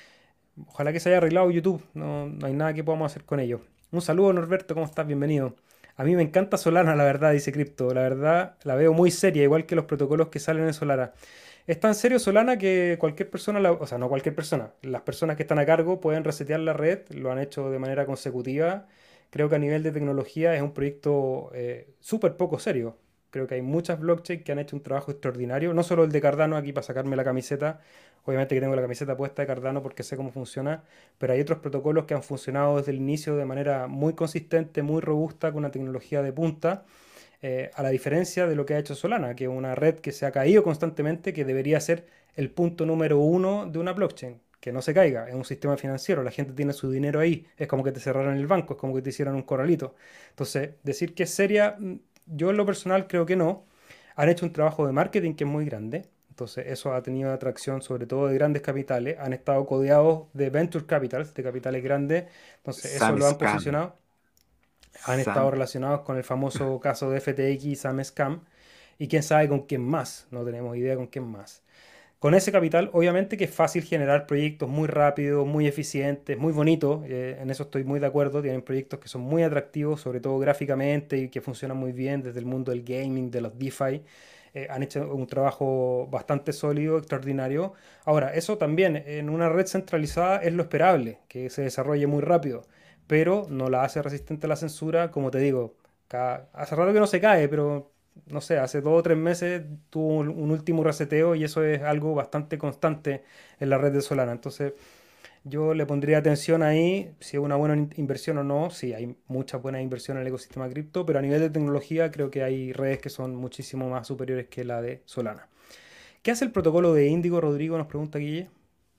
Ojalá que se haya arreglado YouTube, no, no hay nada que podamos hacer con ello. Un saludo, Norberto, ¿cómo estás? Bienvenido. A mí me encanta Solana, la verdad, dice Crypto. La verdad, la veo muy seria, igual que los protocolos que salen en Solana. Es tan serio Solana que cualquier persona, la- o sea, no cualquier persona, las personas que están a cargo pueden resetear la red, lo han hecho de manera consecutiva. Creo que a nivel de tecnología es un proyecto eh, súper poco serio. Creo que hay muchas blockchains que han hecho un trabajo extraordinario, no solo el de Cardano aquí para sacarme la camiseta, obviamente que tengo la camiseta puesta de Cardano porque sé cómo funciona, pero hay otros protocolos que han funcionado desde el inicio de manera muy consistente, muy robusta, con una tecnología de punta, eh, a la diferencia de lo que ha hecho Solana, que es una red que se ha caído constantemente, que debería ser el punto número uno de una blockchain. Que no se caiga, es un sistema financiero, la gente tiene su dinero ahí, es como que te cerraran el banco, es como que te hicieran un corralito. Entonces, decir que es seria, mm, yo en lo personal creo que no. Han hecho un trabajo de marketing que es muy grande, entonces eso ha tenido atracción sobre todo de grandes capitales, han estado codeados de venture capitals, de capitales grandes, entonces eso Sam lo han Scam. posicionado, han estado Sam. relacionados con el famoso caso de F T X, Sam Scam, y quién sabe con quién más, no tenemos idea con quién más. Con ese capital, obviamente que es fácil generar proyectos muy rápidos, muy eficientes, muy bonitos, eh, en eso estoy muy de acuerdo, tienen proyectos que son muy atractivos, sobre todo gráficamente, y que funcionan muy bien desde el mundo del gaming, de los DeFi. Eh, han hecho un trabajo bastante sólido, extraordinario. Ahora, eso también en una red centralizada es lo esperable, que se desarrolle muy rápido, pero no la hace resistente a la censura, como te digo, cada- hace rato que no se cae, pero no sé, hace dos o tres meses tuvo un, un último reseteo y eso es algo bastante constante en la red de Solana. Entonces, yo le pondría atención ahí si es una buena in- inversión o no. Sí, hay mucha buena inversión en el ecosistema cripto, pero a nivel de tecnología creo que hay redes que son muchísimo más superiores que la de Solana. ¿Qué hace el protocolo de Índigo, Rodrigo? Nos pregunta Guille.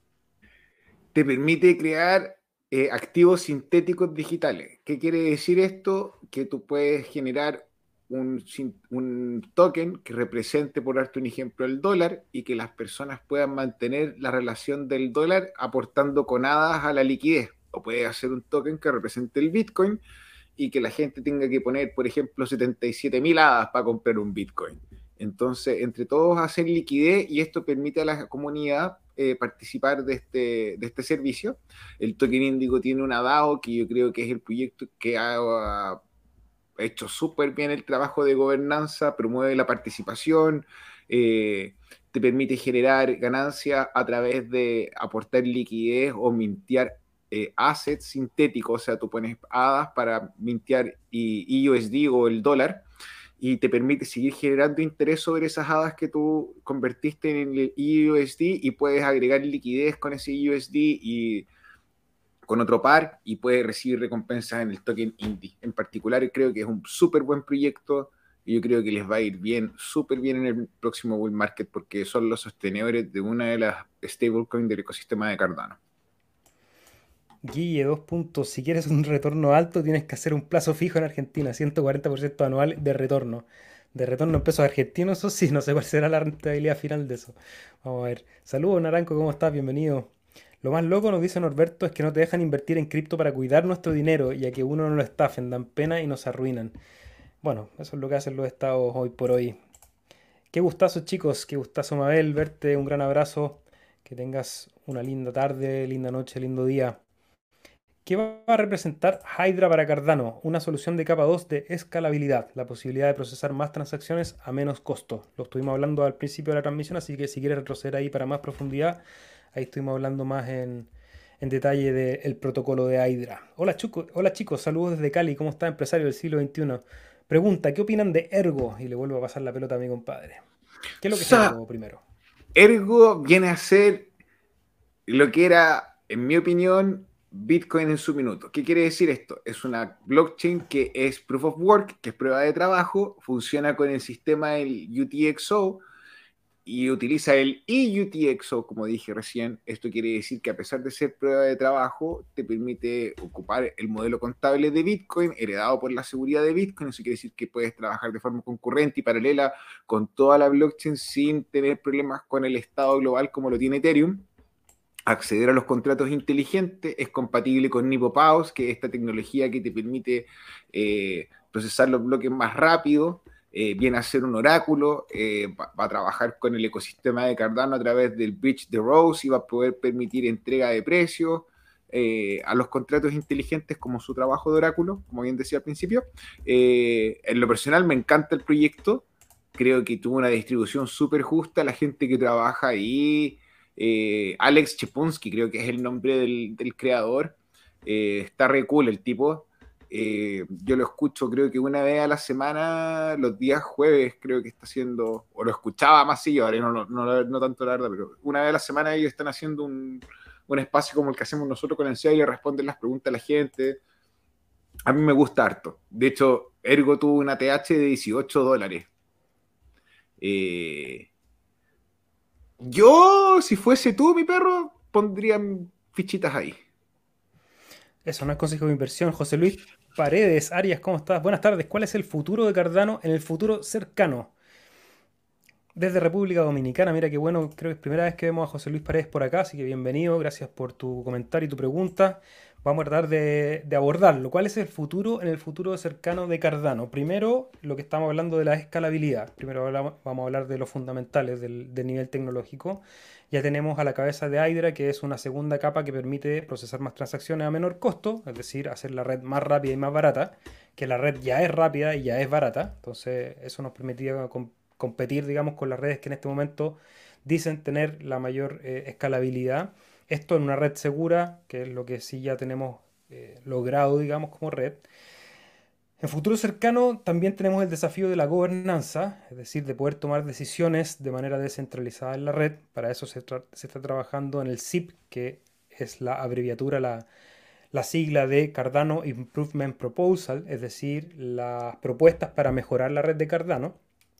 Te permite crear eh, activos sintéticos digitales. ¿Qué quiere decir esto? Que tú puedes generar un, un token que represente, por darte un ejemplo, el dólar y que las personas puedan mantener la relación del dólar aportando con hadas a la liquidez. O puedes hacer un token que represente el Bitcoin y que la gente tenga que poner, por ejemplo, setenta y siete mil hadas para comprar un Bitcoin. Entonces, entre todos hacen liquidez y esto permite a la comunidad eh, participar de este, de este servicio. El token índigo tiene una DAO que yo creo que es el proyecto que ha, ha hecho súper bien el trabajo de gobernanza, promueve la participación, eh, te permite generar ganancias a través de aportar liquidez o mintear eh, assets sintéticos, o sea, tú pones hadas para mintear y, U S D o el dólar y te permite seguir generando interés sobre esas hadas que tú convertiste en el U S D y puedes agregar liquidez con ese U S D y con otro par y puede recibir recompensas en el token indie. En particular, creo que es un súper buen proyecto y yo creo que les va a ir bien, súper bien en el próximo bull market porque son los sostenedores de una de las stablecoins del ecosistema de Cardano. Guille, dos puntos. Si quieres un retorno alto, tienes que hacer un plazo fijo en Argentina, ciento cuarenta por ciento anual de retorno. De retorno en pesos argentinos, eso sí, no sé cuál será la rentabilidad final de eso. Vamos a ver. Saludos, Naranco, ¿cómo estás? Bienvenido. Lo más loco, nos dice Norberto, es que no te dejan invertir en cripto para cuidar nuestro dinero, ya que uno no lo estafen, dan pena y nos arruinan. Bueno, eso es lo que hacen los estados hoy por hoy. Qué gustazo, chicos, qué gustazo, Mabel, verte, un gran abrazo. Que tengas una linda tarde, linda noche, lindo día. ¿Qué va a representar Hydra para Cardano? Una solución de capa dos de escalabilidad, la posibilidad de procesar más transacciones a menos costo. Lo estuvimos hablando al principio de la transmisión, así que si quieres retroceder ahí para más profundidad, ahí estuvimos hablando más en, en detalle del protocolo de Hydra. Hola, chuco- hola chicos, saludos desde Cali, ¿cómo está empresario del siglo veintiuno? Pregunta, ¿qué opinan de Ergo? Y le vuelvo a pasar la pelota a mi compadre. ¿Qué es lo que es Sa Ergo primero? Ergo viene a ser lo que era, en mi opinión, Bitcoin en su minuto. ¿Qué quiere decir esto? Es una blockchain que es proof of work, que es prueba de trabajo, funciona con el sistema del U T X O y utiliza el E U T X O, como dije recién. Esto quiere decir que a pesar de ser prueba de trabajo, te permite ocupar el modelo contable de Bitcoin, heredado por la seguridad de Bitcoin. Eso quiere decir que puedes trabajar de forma concurrente y paralela con toda la blockchain sin tener problemas con el estado global como lo tiene Ethereum. Acceder a los contratos inteligentes, es compatible con NipoPaus, que es esta tecnología que te permite eh, procesar los bloques más rápido. Eh, viene a ser un oráculo, eh, va, va, a trabajar con el ecosistema de Cardano a través del Bridge the Rose y va a poder permitir entrega de precios eh, a los contratos inteligentes como su trabajo de oráculo, como bien decía al principio. Eh, en lo personal me encanta el proyecto, creo que tuvo una distribución súper justa, la gente que trabaja ahí, eh, Alex Chepunsky creo que es el nombre del, del creador, eh, está re cool el tipo. Eh, yo lo escucho creo que una vez a la semana, los días jueves creo que está haciendo, o lo escuchaba más sí, ahora no, no, no, no tanto la verdad, pero una vez a la semana ellos están haciendo un, un espacio como el que hacemos nosotros con el C E A y le responden las preguntas a la gente. A mí me gusta harto. De hecho, Ergo tuvo una T H de dieciocho dólares. Eh, yo, si fuese tú, mi perro, pondría fichitas ahí. Eso no es consejo de inversión. José Luis Paredes, Arias, ¿cómo estás? Buenas tardes. ¿Cuál es el futuro de Cardano en el futuro cercano? Desde República Dominicana, mira qué bueno, creo que es primera vez que vemos a José Luis Paredes por acá, así que bienvenido, gracias por tu comentario y tu pregunta. Vamos a tratar de, de abordarlo. ¿Cuál es el futuro en el futuro cercano de Cardano? Primero, lo que estamos hablando de la escalabilidad. Primero hablamos, vamos a hablar de los fundamentales del, del nivel tecnológico. Ya tenemos a la cabeza de Hydra, que es una segunda capa que permite procesar más transacciones a menor costo, es decir, hacer la red más rápida y más barata, que la red ya es rápida y ya es barata. Entonces, eso nos permitía competir, digamos, con las redes que en este momento dicen tener la mayor eh, escalabilidad. Esto en una red segura, que es lo que sí ya tenemos eh, logrado, digamos, como red. En futuro cercano también tenemos el desafío de la gobernanza, es decir, de poder tomar decisiones de manera descentralizada en la red. Para eso se, se está trabajando en el S I P, que es la abreviatura, la, la sigla de Cardano Improvement Proposal, es decir, las propuestas para mejorar la red de Cardano.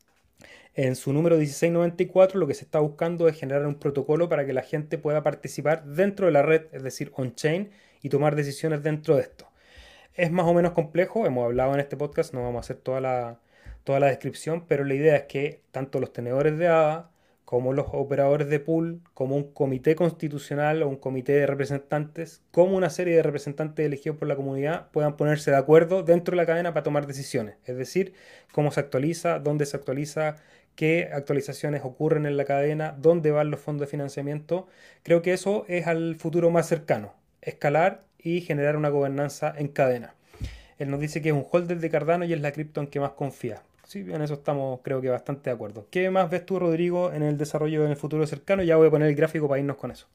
En su número dieciséis noventa y cuatro lo que se está buscando es generar un protocolo para que la gente pueda participar dentro de la red, es decir, on-chain, y tomar decisiones dentro de esto. Es más o menos complejo, hemos hablado en este podcast, no vamos a hacer toda la, toda la descripción, pero la idea es que tanto los tenedores de A D A como los operadores de pool, como un comité constitucional o un comité de representantes, como una serie de representantes elegidos por la comunidad puedan ponerse de acuerdo dentro de la cadena para tomar decisiones. Es decir, cómo se actualiza, dónde se actualiza, qué actualizaciones ocurren en la cadena, dónde van los fondos de financiamiento. Creo que eso es al futuro más cercano, escalar y generar una gobernanza en cadena. Él nos dice que es un holder de Cardano y es la cripto en que más confía. Sí, en eso estamos creo que bastante de acuerdo. ¿Qué más ves tú, Rodrigo, en el desarrollo en el futuro cercano? Ya voy a poner el gráfico para irnos con eso.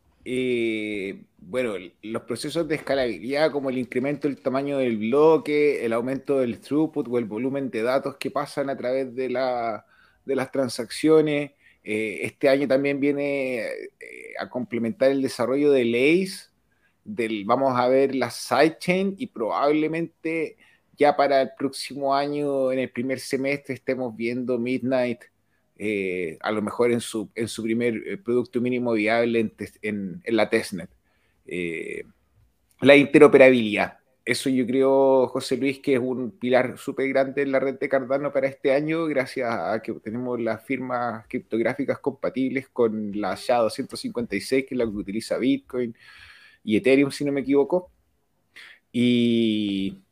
Eh, bueno, los procesos de escalabilidad como el incremento del tamaño del bloque, el aumento del throughput o el volumen de datos que pasan a través de, la, de las transacciones. Eh, este año también viene eh, a complementar el desarrollo de leyes, del, vamos a ver la sidechain y probablemente ya para el próximo año, en el primer semestre, estemos viendo Midnight eh, a lo mejor en su, en su primer eh, producto mínimo viable en, en, en la testnet. Eh, la interoperabilidad. Eso yo creo, José Luis, que es un pilar súper grande en la red de Cardano para este año, gracias a que tenemos las firmas criptográficas compatibles con la S H A doscientos cincuenta y seis, que es la que utiliza Bitcoin y Ethereum, si no me equivoco. Y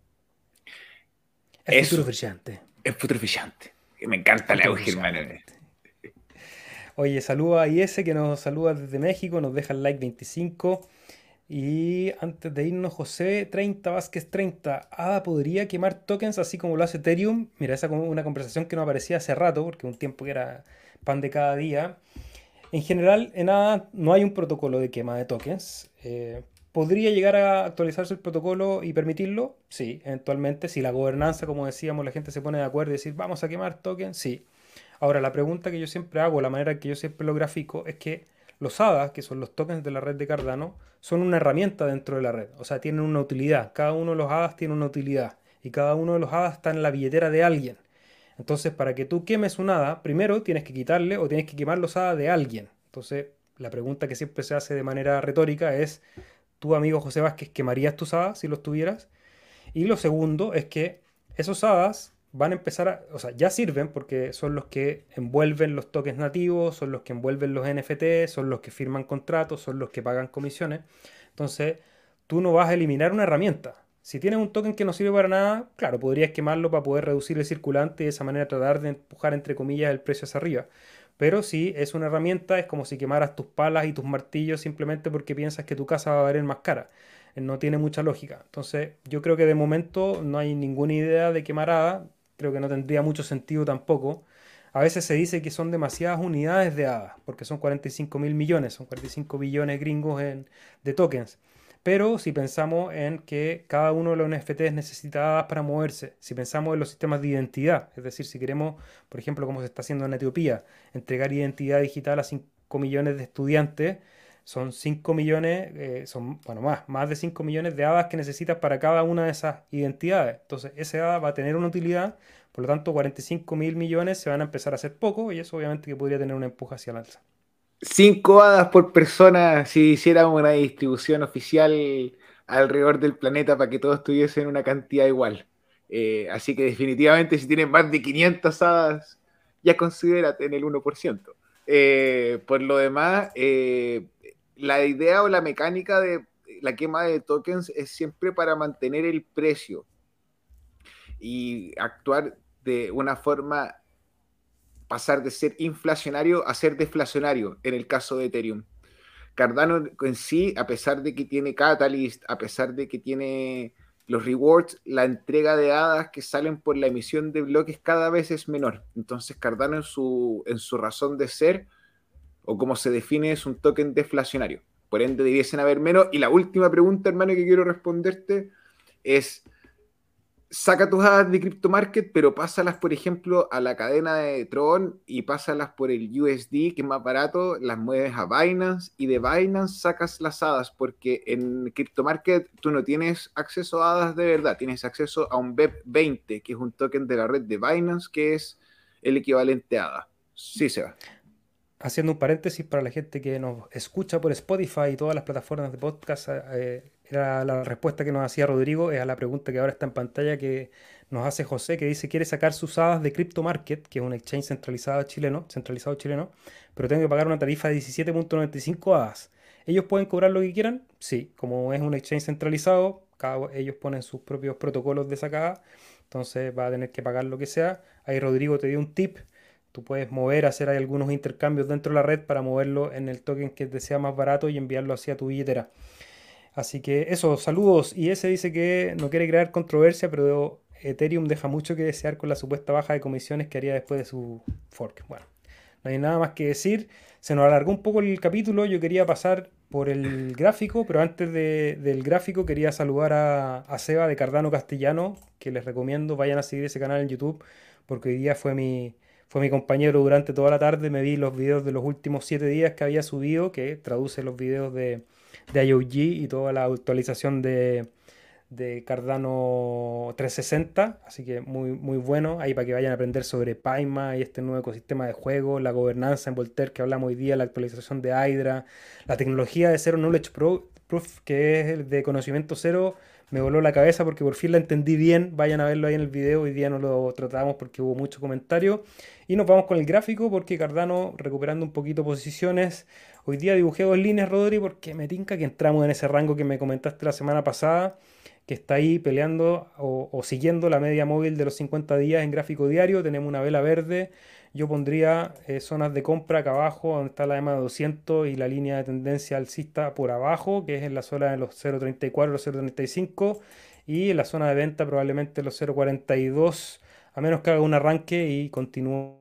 el eso, futuro brillante. El futuro brillante. Me encanta el auge, hermano. Oye, saluda a I S que nos saluda desde México, nos deja el like veinticinco. Y antes de irnos, José treinta, Vázquez treinta. A D A podría quemar tokens así como lo hace Ethereum. Mira, esa es una conversación que no aparecía hace rato, porque un tiempo que era pan de cada día. En general, en A D A no hay un protocolo de quema de tokens. Eh, ¿Podría llegar a actualizarse el protocolo y permitirlo? Sí, eventualmente. Si la gobernanza, como decíamos, la gente se pone de acuerdo y decir, vamos a quemar tokens, sí. Ahora, la pregunta que yo siempre hago, la manera que yo siempre lo grafico, es que los A D A, que son los tokens de la red de Cardano, son una herramienta dentro de la red. O sea, tienen una utilidad. Cada uno de los A D As tiene una utilidad. Y cada uno de los A D As está en la billetera de alguien. Entonces, para que tú quemes un hada, primero tienes que quitarle o tienes que quemar los hadas de alguien. Entonces, la pregunta que siempre se hace de manera retórica es, ¿tú, amigo José Vázquez, quemarías tus hadas si los tuvieras? Y lo segundo es que esos hadas van a empezar a, o sea, ya sirven porque son los que envuelven los tokens nativos, son los que envuelven los N F T, son los que firman contratos, son los que pagan comisiones. Entonces, tú no vas a eliminar una herramienta. Si tienes un token que no sirve para nada, claro, podrías quemarlo para poder reducir el circulante y de esa manera tratar de empujar, entre comillas, el precio hacia arriba. Pero si es una herramienta, es como si quemaras tus palas y tus martillos simplemente porque piensas que tu casa va a valer más cara. Eh, No tiene mucha lógica. Entonces, yo creo que de momento no hay ninguna idea de quemar hada. Creo que no tendría mucho sentido tampoco. A veces se dice que son demasiadas unidades de hadas, porque son cuarenta y cinco mil millones, son cuarenta y cinco billones gringos en- de tokens. Pero si pensamos en que cada uno de los N F Ts necesita hadas para moverse, si pensamos en los sistemas de identidad, es decir, si queremos, por ejemplo, como se está haciendo en Etiopía, entregar identidad digital a cinco millones de estudiantes, son cinco millones, eh, son, bueno, más, más de cinco millones de hadas que necesitas para cada una de esas identidades. Entonces, ese hada va a tener una utilidad, por lo tanto, cuarenta y cinco mil millones se van a empezar a hacer poco y eso obviamente que podría tener una empuje hacia el alza. Cinco hadas por persona si hiciéramos una distribución oficial alrededor del planeta para que todos tuviesen una cantidad igual. Eh, así que definitivamente si tienen más de quinientas hadas, ya considérate en el uno por ciento. Eh, por lo demás, eh, la idea o la mecánica de la quema de tokens es siempre para mantener el precio y actuar de una forma, pasar de ser inflacionario a ser deflacionario en el caso de Ethereum. Cardano en sí, a pesar de que tiene Catalyst, a pesar de que tiene los rewards, la entrega de hadas que salen por la emisión de bloques cada vez es menor. Entonces Cardano en su, en su razón de ser, o como se define, es un token deflacionario. Por ende, debiesen haber menos. Y la última pregunta, hermano, que quiero responderte es, saca tus hadas de Crypto Market, pero pásalas, por ejemplo, a la cadena de Tron y pásalas por el U S D, que es más barato, las mueves a Binance y de Binance sacas las hadas, porque en Crypto Market tú no tienes acceso a hadas de verdad, tienes acceso a un B E P veinte, que es un token de la red de Binance, que es el equivalente a hada. Sí, se va. Haciendo un paréntesis para la gente que nos escucha por Spotify y todas las plataformas de podcast, eh, era la respuesta que nos hacía Rodrigo, es a la pregunta que ahora está en pantalla que nos hace José, que dice, quiere sacar sus hadas de Crypto Market, que es un exchange centralizado chileno, centralizado chileno, pero tengo que pagar una tarifa de diecisiete punto noventa y cinco hadas. ¿Ellos pueden cobrar lo que quieran? Sí, como es un exchange centralizado, cada, ellos ponen sus propios protocolos de sacada, entonces va a tener que pagar lo que sea. Ahí Rodrigo te dio un tip. Tú puedes mover, hacer ahí algunos intercambios dentro de la red para moverlo en el token que te sea más barato y enviarlo hacia tu billetera. Así que eso, saludos. Y ese dice que no quiere crear controversia, pero Ethereum deja mucho que desear con la supuesta baja de comisiones que haría después de su fork. Bueno, no hay nada más que decir. Se nos alargó un poco el capítulo. Yo quería pasar por el gráfico, pero antes de- del gráfico quería saludar a, a Seba de Cardano Castellano, que les recomiendo vayan a seguir ese canal en YouTube, porque hoy día fue mi, fue mi compañero durante toda la tarde. Me vi los videos de los últimos siete días que había subido, que traduce los videos de, de I O G y toda la actualización de, de Cardano trescientos sesenta, así que muy, muy bueno, ahí para que vayan a aprender sobre Paima y este nuevo ecosistema de juego, la gobernanza en Voltaire que hablamos hoy día, la actualización de Hydra, la tecnología de Zero Knowledge Pro- Proof, que es el de conocimiento cero, me voló la cabeza porque por fin la entendí bien, vayan a verlo ahí en el video, hoy día no lo tratamos porque hubo mucho comentario, y nos vamos con el gráfico porque Cardano recuperando un poquito posiciones. Hoy día dibujé dos líneas, Rodri, porque me tinca que entramos en ese rango que me comentaste la semana pasada, que está ahí peleando o, o siguiendo la media móvil de los cincuenta días en gráfico diario. Tenemos una vela verde. Yo pondría eh, zonas de compra acá abajo, donde está la E M A doscientos y la línea de tendencia alcista por abajo, que es en la zona de los cero punto treinta y cuatro, los cero punto treinta y cinco, y en la zona de venta probablemente los cero punto cuarenta y dos, a menos que haga un arranque y continúe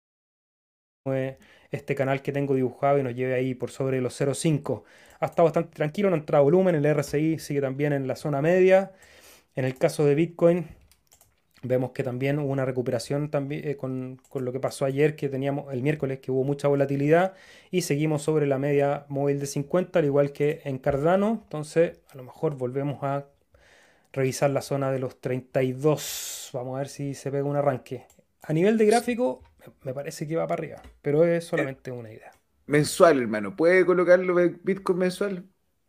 este canal que tengo dibujado y nos lleve ahí por sobre los cero punto cinco. Ha estado bastante tranquilo, no ha entrado volumen, el R S I sigue también en la zona media. En el caso de Bitcoin, vemos que también hubo una recuperación también, eh, con, con lo que pasó ayer, que teníamos el miércoles, que hubo mucha volatilidad, y seguimos sobre la media móvil de cincuenta, al igual que en Cardano. Entonces, a lo mejor volvemos a revisar la zona de los treinta y dos. Vamos a ver si se pega un arranque. A nivel de gráfico, me parece que va para arriba, pero es Eh, solamente una idea. mensual, hermano. ¿Puede colocarlo en Bitcoin mensual?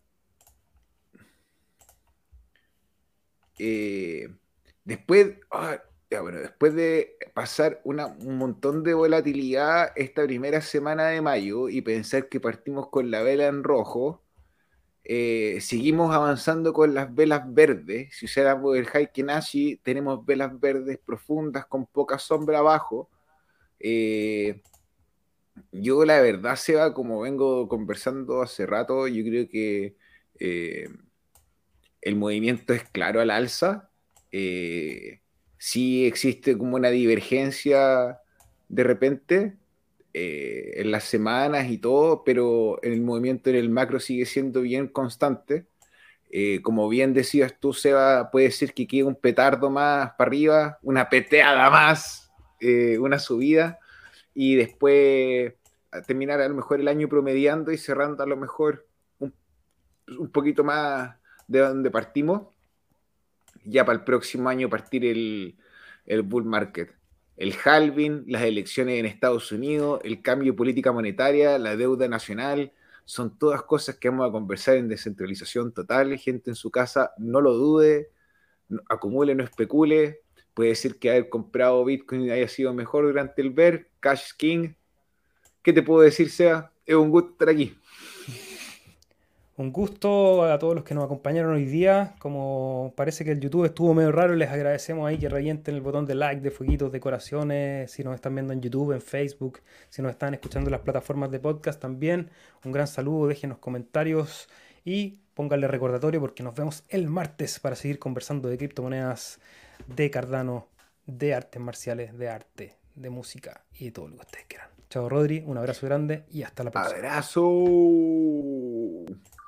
Eh, después, ah, ya, bueno, después de pasar una- un montón de volatilidad esta primera semana de mayo y pensar que partimos con la vela en rojo, eh, seguimos avanzando con las velas verdes. Si usáramos el Heiken Ashi, tenemos velas verdes profundas con poca sombra abajo. Eh, yo la verdad, Seba, como vengo conversando hace rato, yo creo que eh, el movimiento es claro al alza. Eh, sí existe como una divergencia de repente eh, en las semanas y todo, pero el movimiento en el macro sigue siendo bien constante. Eh, como bien decías tú, Seba, puede ser que quede un petardo más para arriba, una peteada más, eh, una subida, y después a terminar a lo mejor el año promediando y cerrando a lo mejor un, un poquito más de donde partimos, ya para el próximo año partir el, el bull market. El halving, las elecciones en Estados Unidos, el cambio de política monetaria, la deuda nacional, son todas cosas que vamos a conversar en descentralización total. Gente en su casa, no lo dude, no, acumule, no especule. Puede decir que haber comprado Bitcoin haya sido mejor durante el bear, Cash King. ¿Qué te puedo decir, Sea? Es un gusto estar aquí. Un gusto a todos los que nos acompañaron hoy día. Como parece que el YouTube estuvo medio raro, les agradecemos ahí que revienten el botón de like, de fueguitos, decoraciones. Si nos están viendo en YouTube, en Facebook, si nos están escuchando en las plataformas de podcast también. Un gran saludo, déjenos comentarios y pónganle recordatorio porque nos vemos el martes para seguir conversando de criptomonedas, de Cardano, de artes marciales, de arte, de música y de todo lo que ustedes quieran. Chao Rodri, un abrazo grande y hasta la próxima. Abrazo.